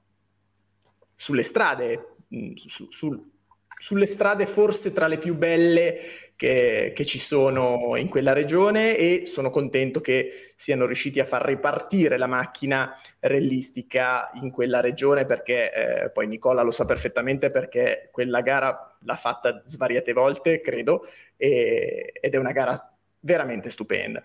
sulle strade, su, su, sulle strade forse tra le più belle che, che ci sono in quella regione, e sono contento che siano riusciti a far ripartire la macchina rallistica in quella regione perché eh, poi Nicola lo sa perfettamente perché quella gara l'ha fatta svariate volte, credo, e, ed è una gara veramente stupenda.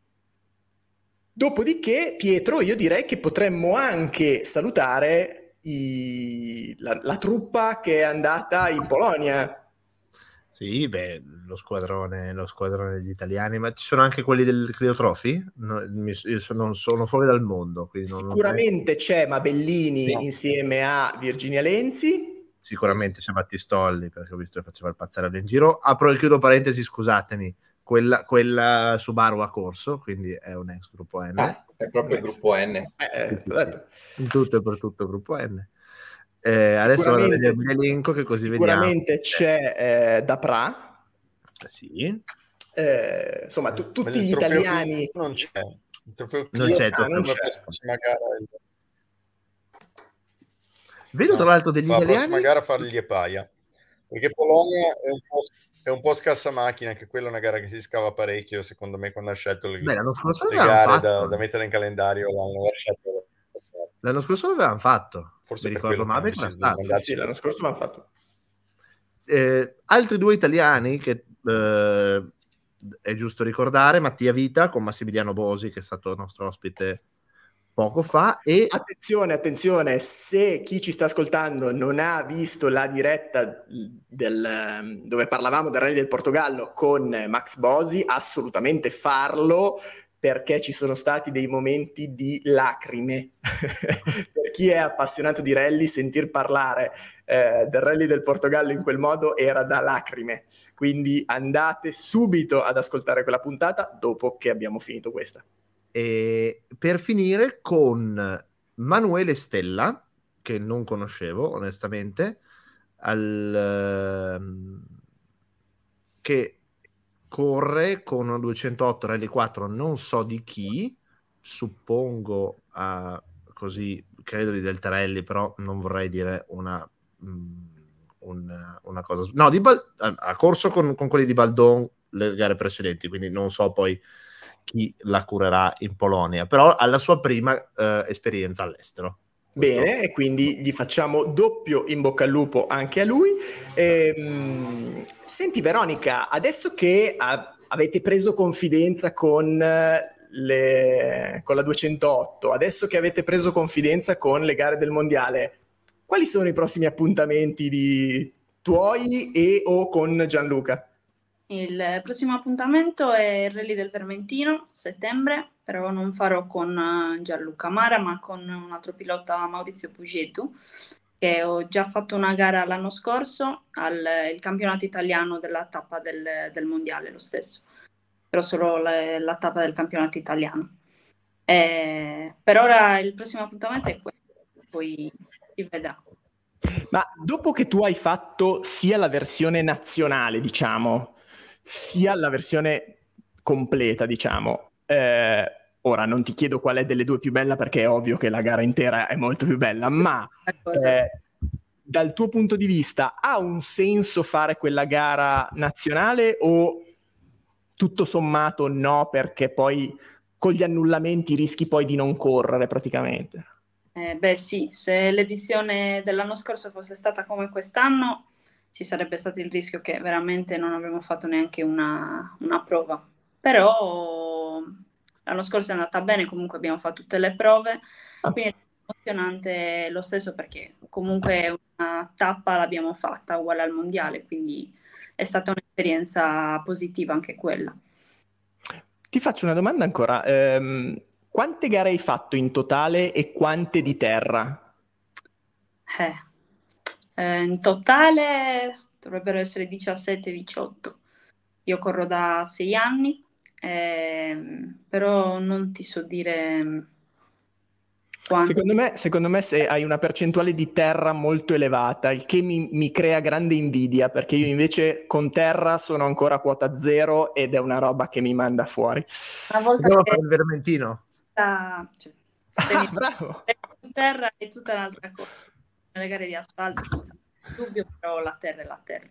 Dopodiché, Pietro, io direi che potremmo anche salutare i, la, la truppa che è andata in Polonia. Sì, beh, lo squadrone, lo squadrone degli italiani, ma ci sono anche quelli del Clio Trophy? No, mi- io sono, non sono fuori dal mondo, quindi non, non Sicuramente c'è Mabellini No. insieme a Virginia Lenzi. sicuramente c'è Battistolli, perché ho visto che faceva il pazzarello in giro. Apro e chiudo parentesi, scusatemi, quella, quella Subaru ha corso, quindi è un ex gruppo N. Ah, è proprio il gruppo N. Eh, Sì, sì, t'ho detto. sì. In tutto e per tutto gruppo N. Eh, adesso vado a Sicuramente, vedermi l'elenco, che così sicuramente vediamo. c'è eh, Dapra. Eh, sì, Eh, insomma, tu- Ma tutti il gli trofeo italiani. Clio non c'è. Il trofeo non Clio c'è il Ah, non trofeo. c'è. la prossima gara. Vedo tra No, l'altro degli fa la prossima italiani. gara fargli e Paia. Perché Polonia è un po', è un po' scassamacchina, anche quella è una gara che si scava parecchio, secondo me, quando ha scelto le, Beh, l'anno scorso le l'avevano gare fatto. da, da mettere in calendario. L'hanno lasciato. L'anno scorso l'avevano fatto. Forse Mi per ricordo quello che hanno male, era deciso di stato. Sì, mandarci. sì, l'anno scorso l'hanno fatto. Eh, altri due italiani che eh, è giusto ricordare: Mattia Vita con Massimiliano Bosi, che è stato nostro ospite poco fa, e Attenzione, attenzione, se chi ci sta ascoltando non ha visto la diretta del, dove parlavamo del Rally del Portogallo con Max Bosi, assolutamente farlo, perché ci sono stati dei momenti di lacrime. Per chi è appassionato di rally, sentir parlare eh, del Rally del Portogallo in quel modo era da lacrime. Quindi andate subito ad ascoltare quella puntata dopo che abbiamo finito questa. E per finire con Manuele Stella, che non conoscevo onestamente, al, ehm, che corre con una duecentootto Rally quattro, non so di chi, suppongo a, così, credo di Deltarelli, però non vorrei dire una, mh, una, una cosa. No, di Bal- ha corso con, con quelli di Baldon le gare precedenti, quindi non so poi chi la curerà in Polonia, però alla sua prima eh, esperienza all'estero. Questo... Bene, e quindi gli facciamo doppio in bocca al lupo anche a lui. Ehm, senti Veronica, adesso che a- avete preso confidenza con, le, con la duecentootto, adesso che avete preso confidenza con le gare del mondiale, quali sono i prossimi appuntamenti di tuoi e o con Gianluca? Il prossimo appuntamento è il Rally del Vermentino, settembre, però non farò con Gianluca Mara, ma con un altro pilota, Maurizio Pugetu, che ho già fatto una gara l'anno scorso al il campionato italiano della tappa del, del mondiale, lo stesso, però solo le, la tappa del campionato italiano. Eh, per ora il prossimo appuntamento è questo, poi si vedrà. Ma dopo che tu hai fatto sia la versione nazionale, diciamo, sia la versione completa, diciamo, eh, ora non ti chiedo qual è delle due più bella perché è ovvio che la gara intera è molto più bella, ma eh, dal tuo punto di vista ha un senso fare quella gara nazionale o tutto sommato no, perché poi con gli annullamenti rischi poi di non correre praticamente? Eh, beh sì, se l'edizione dell'anno scorso fosse stata come quest'anno ci sarebbe stato il rischio che veramente non avremmo fatto neanche una, una prova. Però l'anno scorso è andata bene, comunque abbiamo fatto tutte le prove, quindi è emozionante lo stesso perché comunque una tappa l'abbiamo fatta uguale al mondiale, quindi è stata un'esperienza positiva anche quella. Ti faccio una domanda ancora. Ehm, quante gare hai fatto in totale e quante di terra? Eh, eh, in totale dovrebbero essere diciassette diciotto. Io corro da sei anni, ehm, però non ti so dire quanto. Secondo me, secondo me se hai una percentuale di terra molto elevata, il che mi, mi crea grande invidia, perché io invece con terra sono ancora a quota zero ed è una roba che mi manda fuori. Una volta Andiamo che per il Vermentino. sta, cioè, Ah, bravo! in terra è tutta un'altra cosa. Nelle gare di asfalto senza dubbio, però la terra è la terra.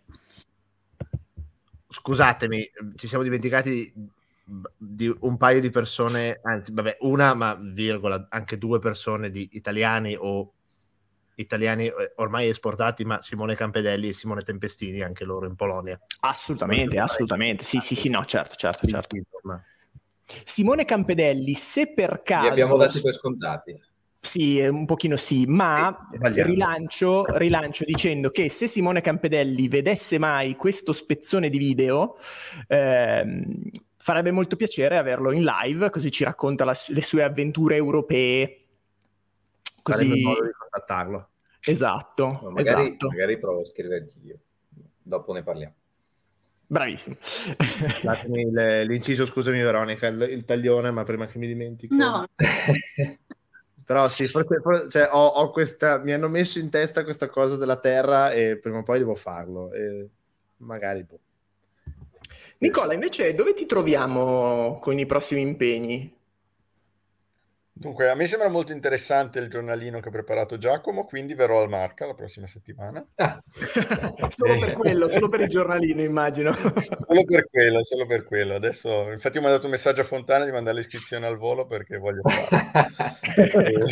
Scusatemi, ci siamo dimenticati di un paio di persone, anzi, vabbè, una, ma virgola, anche due persone di italiani o italiani ormai esportati, ma Simone Campedelli e Simone Tempestini, anche loro in Polonia. Assolutamente, assolutamente. Sì, sì, sì, no, certo, certo, certo. Simone Campedelli, se per caso... Li abbiamo dati per scontati. Sì, un pochino sì, ma rilancio, rilancio dicendo che se Simone Campedelli vedesse mai questo spezzone di video, ehm, farebbe molto piacere averlo in live, così ci racconta la, le sue avventure europee. Così... Faremo in modo di contattarlo. Esatto, no, magari, esatto. Magari provo a scriverti io, dopo ne parliamo. Bravissimo. Datemi le, l'inciso, scusami Veronica, il, il taglione, ma prima che mi dimentico. No. Però sì, forse, forse, cioè, ho, ho questa, mi hanno messo in testa questa cosa della terra e prima o poi devo farlo. E magari boh. Nicola, invece dove ti troviamo con i prossimi impegni? Dunque, a me sembra molto interessante il giornalino che ha preparato Giacomo, quindi verrò al Marca la prossima settimana. Ah. Solo per quello, solo per il giornalino, immagino. Solo per quello, solo per quello. Adesso, infatti, ho mandato un messaggio a Fontana di mandare l'iscrizione al volo perché voglio farlo.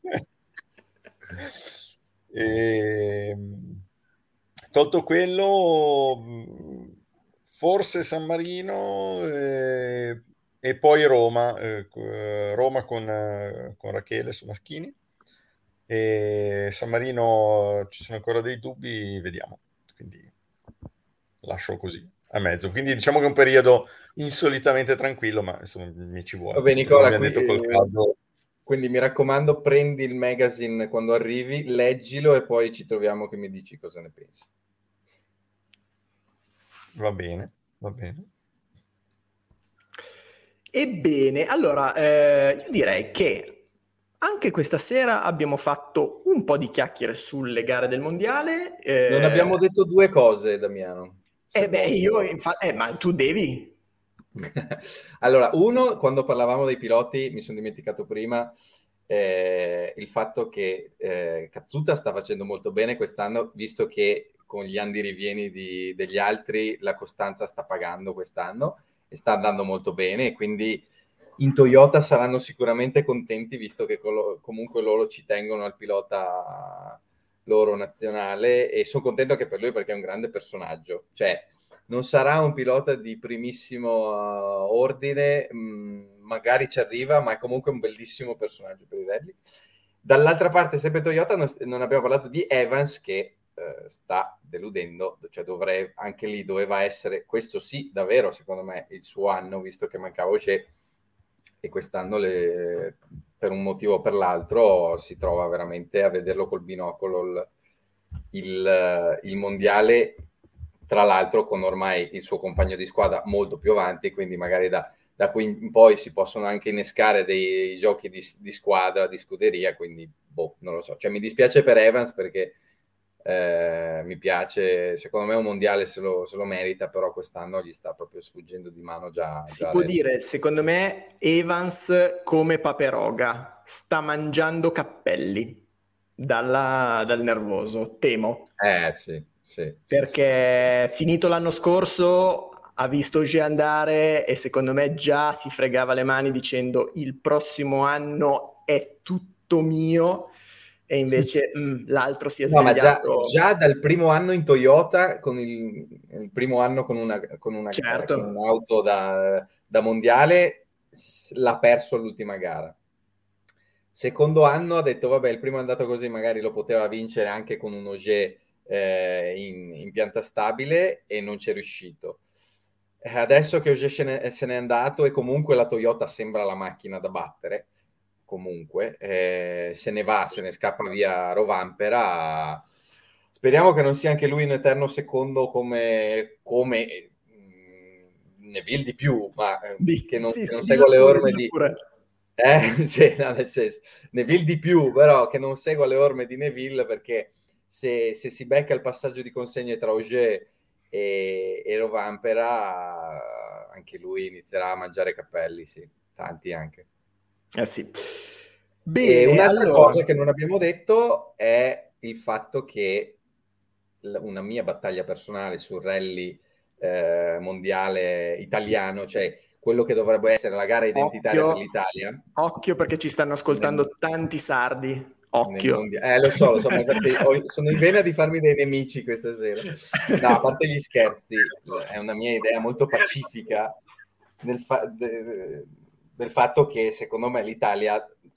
e, tolto quello, forse San Marino e, e poi Roma, eh, Roma con, eh, con Rachele su Maschini. E San Marino ci sono ancora dei dubbi, vediamo. Quindi lascio così a mezzo. Quindi diciamo che è un periodo insolitamente tranquillo, ma insomma mi ci vuole. Vabbè, Nicola, mi qui, detto col caldo. Quindi mi raccomando, prendi il magazine quando arrivi, leggilo e poi ci troviamo che mi dici cosa ne pensi. Va bene, va bene. Ebbene, allora, eh, io direi che anche questa sera abbiamo fatto un po' di chiacchiere sulle gare del mondiale. Eh... Non abbiamo detto due cose, Damiano. Eh beh, io infatti, eh, ma tu devi. Allora, uno, quando parlavamo dei piloti, mi sono dimenticato prima, eh, il fatto che eh, Katsuta sta facendo molto bene quest'anno, visto che con gli andi rivieni di, degli altri la costanza sta pagando quest'anno e sta andando molto bene, quindi in Toyota saranno sicuramente contenti, visto che colo- comunque loro ci tengono al pilota loro nazionale, e sono contento anche per lui perché è un grande personaggio, cioè non sarà un pilota di primissimo uh, ordine, mh, magari ci arriva, ma è comunque un bellissimo personaggio per i rally. Dall'altra parte, sempre Toyota, non, non abbiamo parlato di Evans, che uh, sta deludendo, cioè dovrei, anche lì doveva essere, questo sì, davvero, secondo me, il suo anno, visto che mancava Ogier, e quest'anno, le, per un motivo o per l'altro, si trova veramente a vederlo col binocolo il, il, il mondiale, tra l'altro con ormai il suo compagno di squadra molto più avanti, quindi magari da, da qui in poi si possono anche innescare dei giochi di, di squadra, di scuderia, quindi boh, non lo so. Cioè mi dispiace per Evans perché eh, mi piace, secondo me un mondiale se lo, se lo merita, però quest'anno gli sta proprio sfuggendo di mano già. Si già può adesso. dire, secondo me, Evans come Paperoga, sta mangiando cappelli dalla, dal nervoso, temo. Eh sì, sì. Perché sì, sì. Finito l'anno scorso ha visto Ogier andare e secondo me già si fregava le mani dicendo il prossimo anno è tutto mio, e invece mh, l'altro si è no, svegliato. Ma già, già dal primo anno in Toyota, con il, il primo anno con, una, con, una, certo. con un'auto da, da mondiale, l'ha perso all'ultima gara. Secondo anno ha detto vabbè, il primo è andato così, magari lo poteva vincere anche con un Ogier eh, in, in pianta stabile, e non c'è riuscito. Adesso che Ogier se n'è, se n'è andato e comunque la Toyota sembra la macchina da battere, comunque eh, se ne va, se ne scappa via Rovanpera. Speriamo che non sia anche lui un eterno secondo come, come mh, Neville di più, ma di, che non, sì, che non sì, segua le pure, orme di eh, sì, no, nel senso, Neville di più, però che non segua le orme di Neville, perché se, se si becca il passaggio di consegne tra Ogier e, e Rovanpera, anche lui inizierà a mangiare capelli, sì, tanti anche. Eh sì. Bene, e un'altra allora... cosa che non abbiamo detto è il fatto che una mia battaglia personale sul rally eh, mondiale italiano, cioè quello che dovrebbe essere la gara identitaria occhio, per l'Italia. Occhio perché ci stanno ascoltando nel, tanti sardi. Occhio. Eh, lo so, lo so, ma infatti ho, sono in vena di farmi dei nemici questa sera. No, a parte gli scherzi, è una mia idea molto pacifica del, fa- de- del fatto che secondo me l'Italia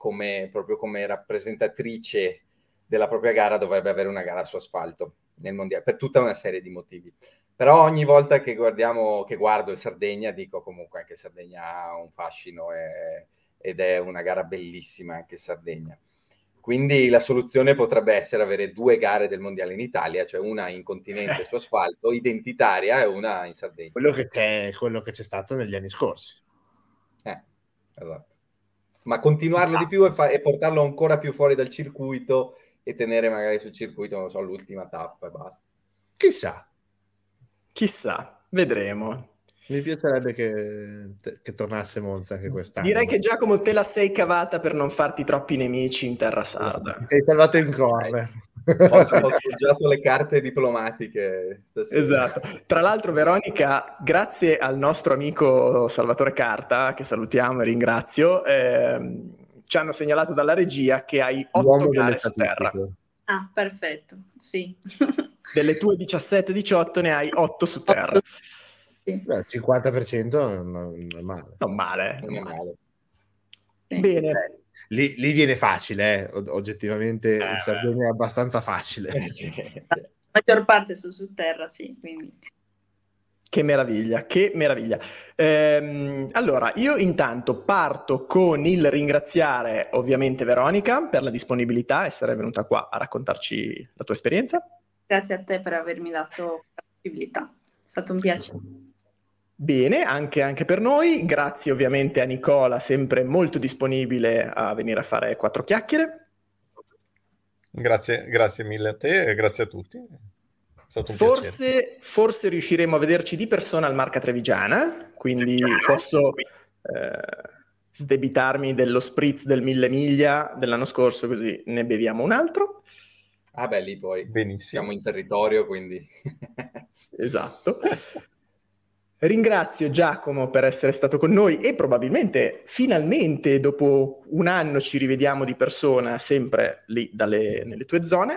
come, proprio come rappresentatrice della propria gara dovrebbe avere una gara su asfalto nel mondiale, per tutta una serie di motivi. Però ogni volta che guardiamo, che guardo il Sardegna, dico comunque anche Sardegna ha un fascino e, ed è una gara bellissima anche Sardegna. Quindi la soluzione potrebbe essere avere due gare del mondiale in Italia, cioè una in continente su asfalto, identitaria, e una in Sardegna. Quello che c'è, quello che c'è stato negli anni scorsi. Eh, esatto. Ma continuarlo di più e, fa- e portarlo ancora più fuori dal circuito e tenere magari sul circuito, non so, l'ultima tappa e basta. Chissà. Chissà, vedremo. Mi piacerebbe che, che tornasse Monza anche quest'anno. Direi che Giacomo te la sei cavata per non farti troppi nemici in terra sarda. Ti sei salvato in corner. Ho, ho sfoggiato le carte diplomatiche stasera. Esatto. Tra l'altro, Veronica, grazie al nostro amico Salvatore Carta, che salutiamo e ringrazio, ehm, ci hanno segnalato dalla regia che hai otto gare su terra. Ah, perfetto, sì. Delle tue diciassette diciotto ne hai otto su terra. Sì. Beh, cinquanta per cento non, non è male. Non male. Non è male. Sì. Bene. Eh, lì, lì viene facile, eh. oggettivamente Eh, il Sardegna è abbastanza facile. Eh, sì. La maggior parte su, su terra, sì, quindi... Che meraviglia, che meraviglia. Ehm, allora, io intanto parto con il ringraziare ovviamente Veronica per la disponibilità, essere venuta qua a raccontarci la tua esperienza. Grazie a te per avermi dato la possibilità, è stato un piacere. Bene, anche, anche per noi. Grazie ovviamente a Nicola, sempre molto disponibile a venire a fare quattro chiacchiere. Grazie, grazie mille a te e grazie a tutti. È stato un Forse, piacere. forse riusciremo a vederci di persona al Marca Trevigiana, quindi posso eh, sdebitarmi dello spritz del mille miglia dell'anno scorso, così ne beviamo un altro. Ah beh, lì poi Benissimo. siamo in territorio, quindi... Esatto. Ringrazio Giacomo per essere stato con noi e probabilmente finalmente dopo un anno ci rivediamo di persona, sempre lì dalle, nelle tue zone.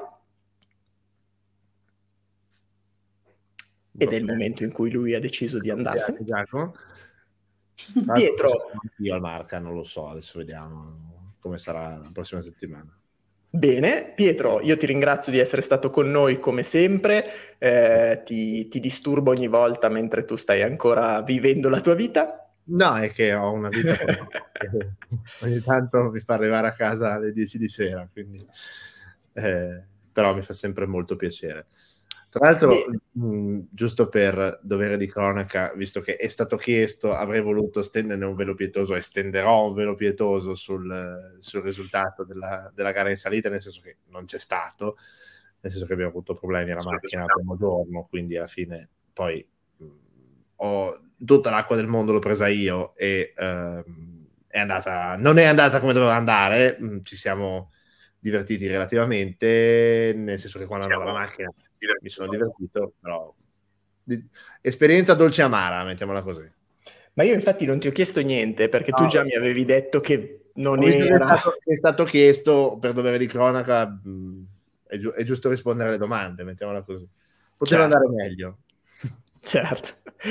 Ed è il momento in cui lui ha deciso di andarsene. Giacomo. Pietro. Io al Marca non lo so, adesso vediamo come sarà la prossima settimana. Bene, Pietro, io ti ringrazio di essere stato con noi come sempre, eh, ti, ti disturbo ogni volta mentre tu stai ancora vivendo la tua vita. No, è che ho una vita ogni tanto mi fa arrivare a casa alle dieci di sera, quindi eh, però mi fa sempre molto piacere. Tra l'altro, mh, giusto per dovere di cronaca, visto che è stato chiesto, avrei voluto stenderne un velo pietoso e stenderò un velo pietoso sul, sul risultato della, della gara in salita, nel senso che non c'è stato, nel senso che abbiamo avuto problemi alla macchina il primo giorno, quindi alla fine poi mh, ho tutta l'acqua del mondo l'ho presa io e ehm, è andata, non è andata come doveva andare, mh, ci siamo divertiti relativamente, nel senso che quando andavo la macchina mi sono divertito, però esperienza dolce amara, mettiamola così. Ma io infatti non ti ho chiesto niente perché no. Tu già mi avevi detto che non Ho era... È stato, è stato chiesto per dovere di cronaca, mh, è, gi- è giusto rispondere alle domande, mettiamola così. Poteva certo. andare meglio. Certo.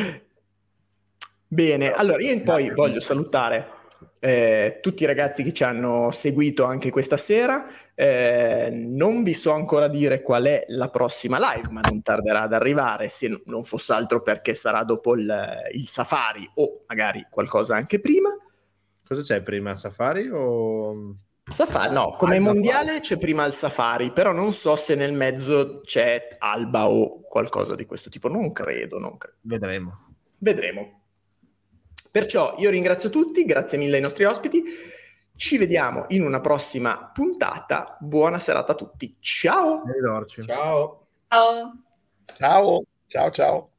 Bene, allora io poi voglio salutare Eh, tutti i ragazzi che ci hanno seguito anche questa sera. Eh, non vi so ancora dire qual è la prossima live, ma non tarderà ad arrivare, se non fosse altro perché sarà dopo il, il Safari o magari qualcosa anche prima. Cosa c'è prima, Safari o... Safari, no, come mondiale c'è prima il Safari, però non so se nel mezzo c'è Alba o qualcosa di questo tipo, non credo, non credo. Vedremo. Vedremo. Perciò io ringrazio tutti, grazie mille ai nostri ospiti, ci vediamo in una prossima puntata, buona serata a tutti, ciao! Ciao! Ciao! Ciao, ciao, ciao!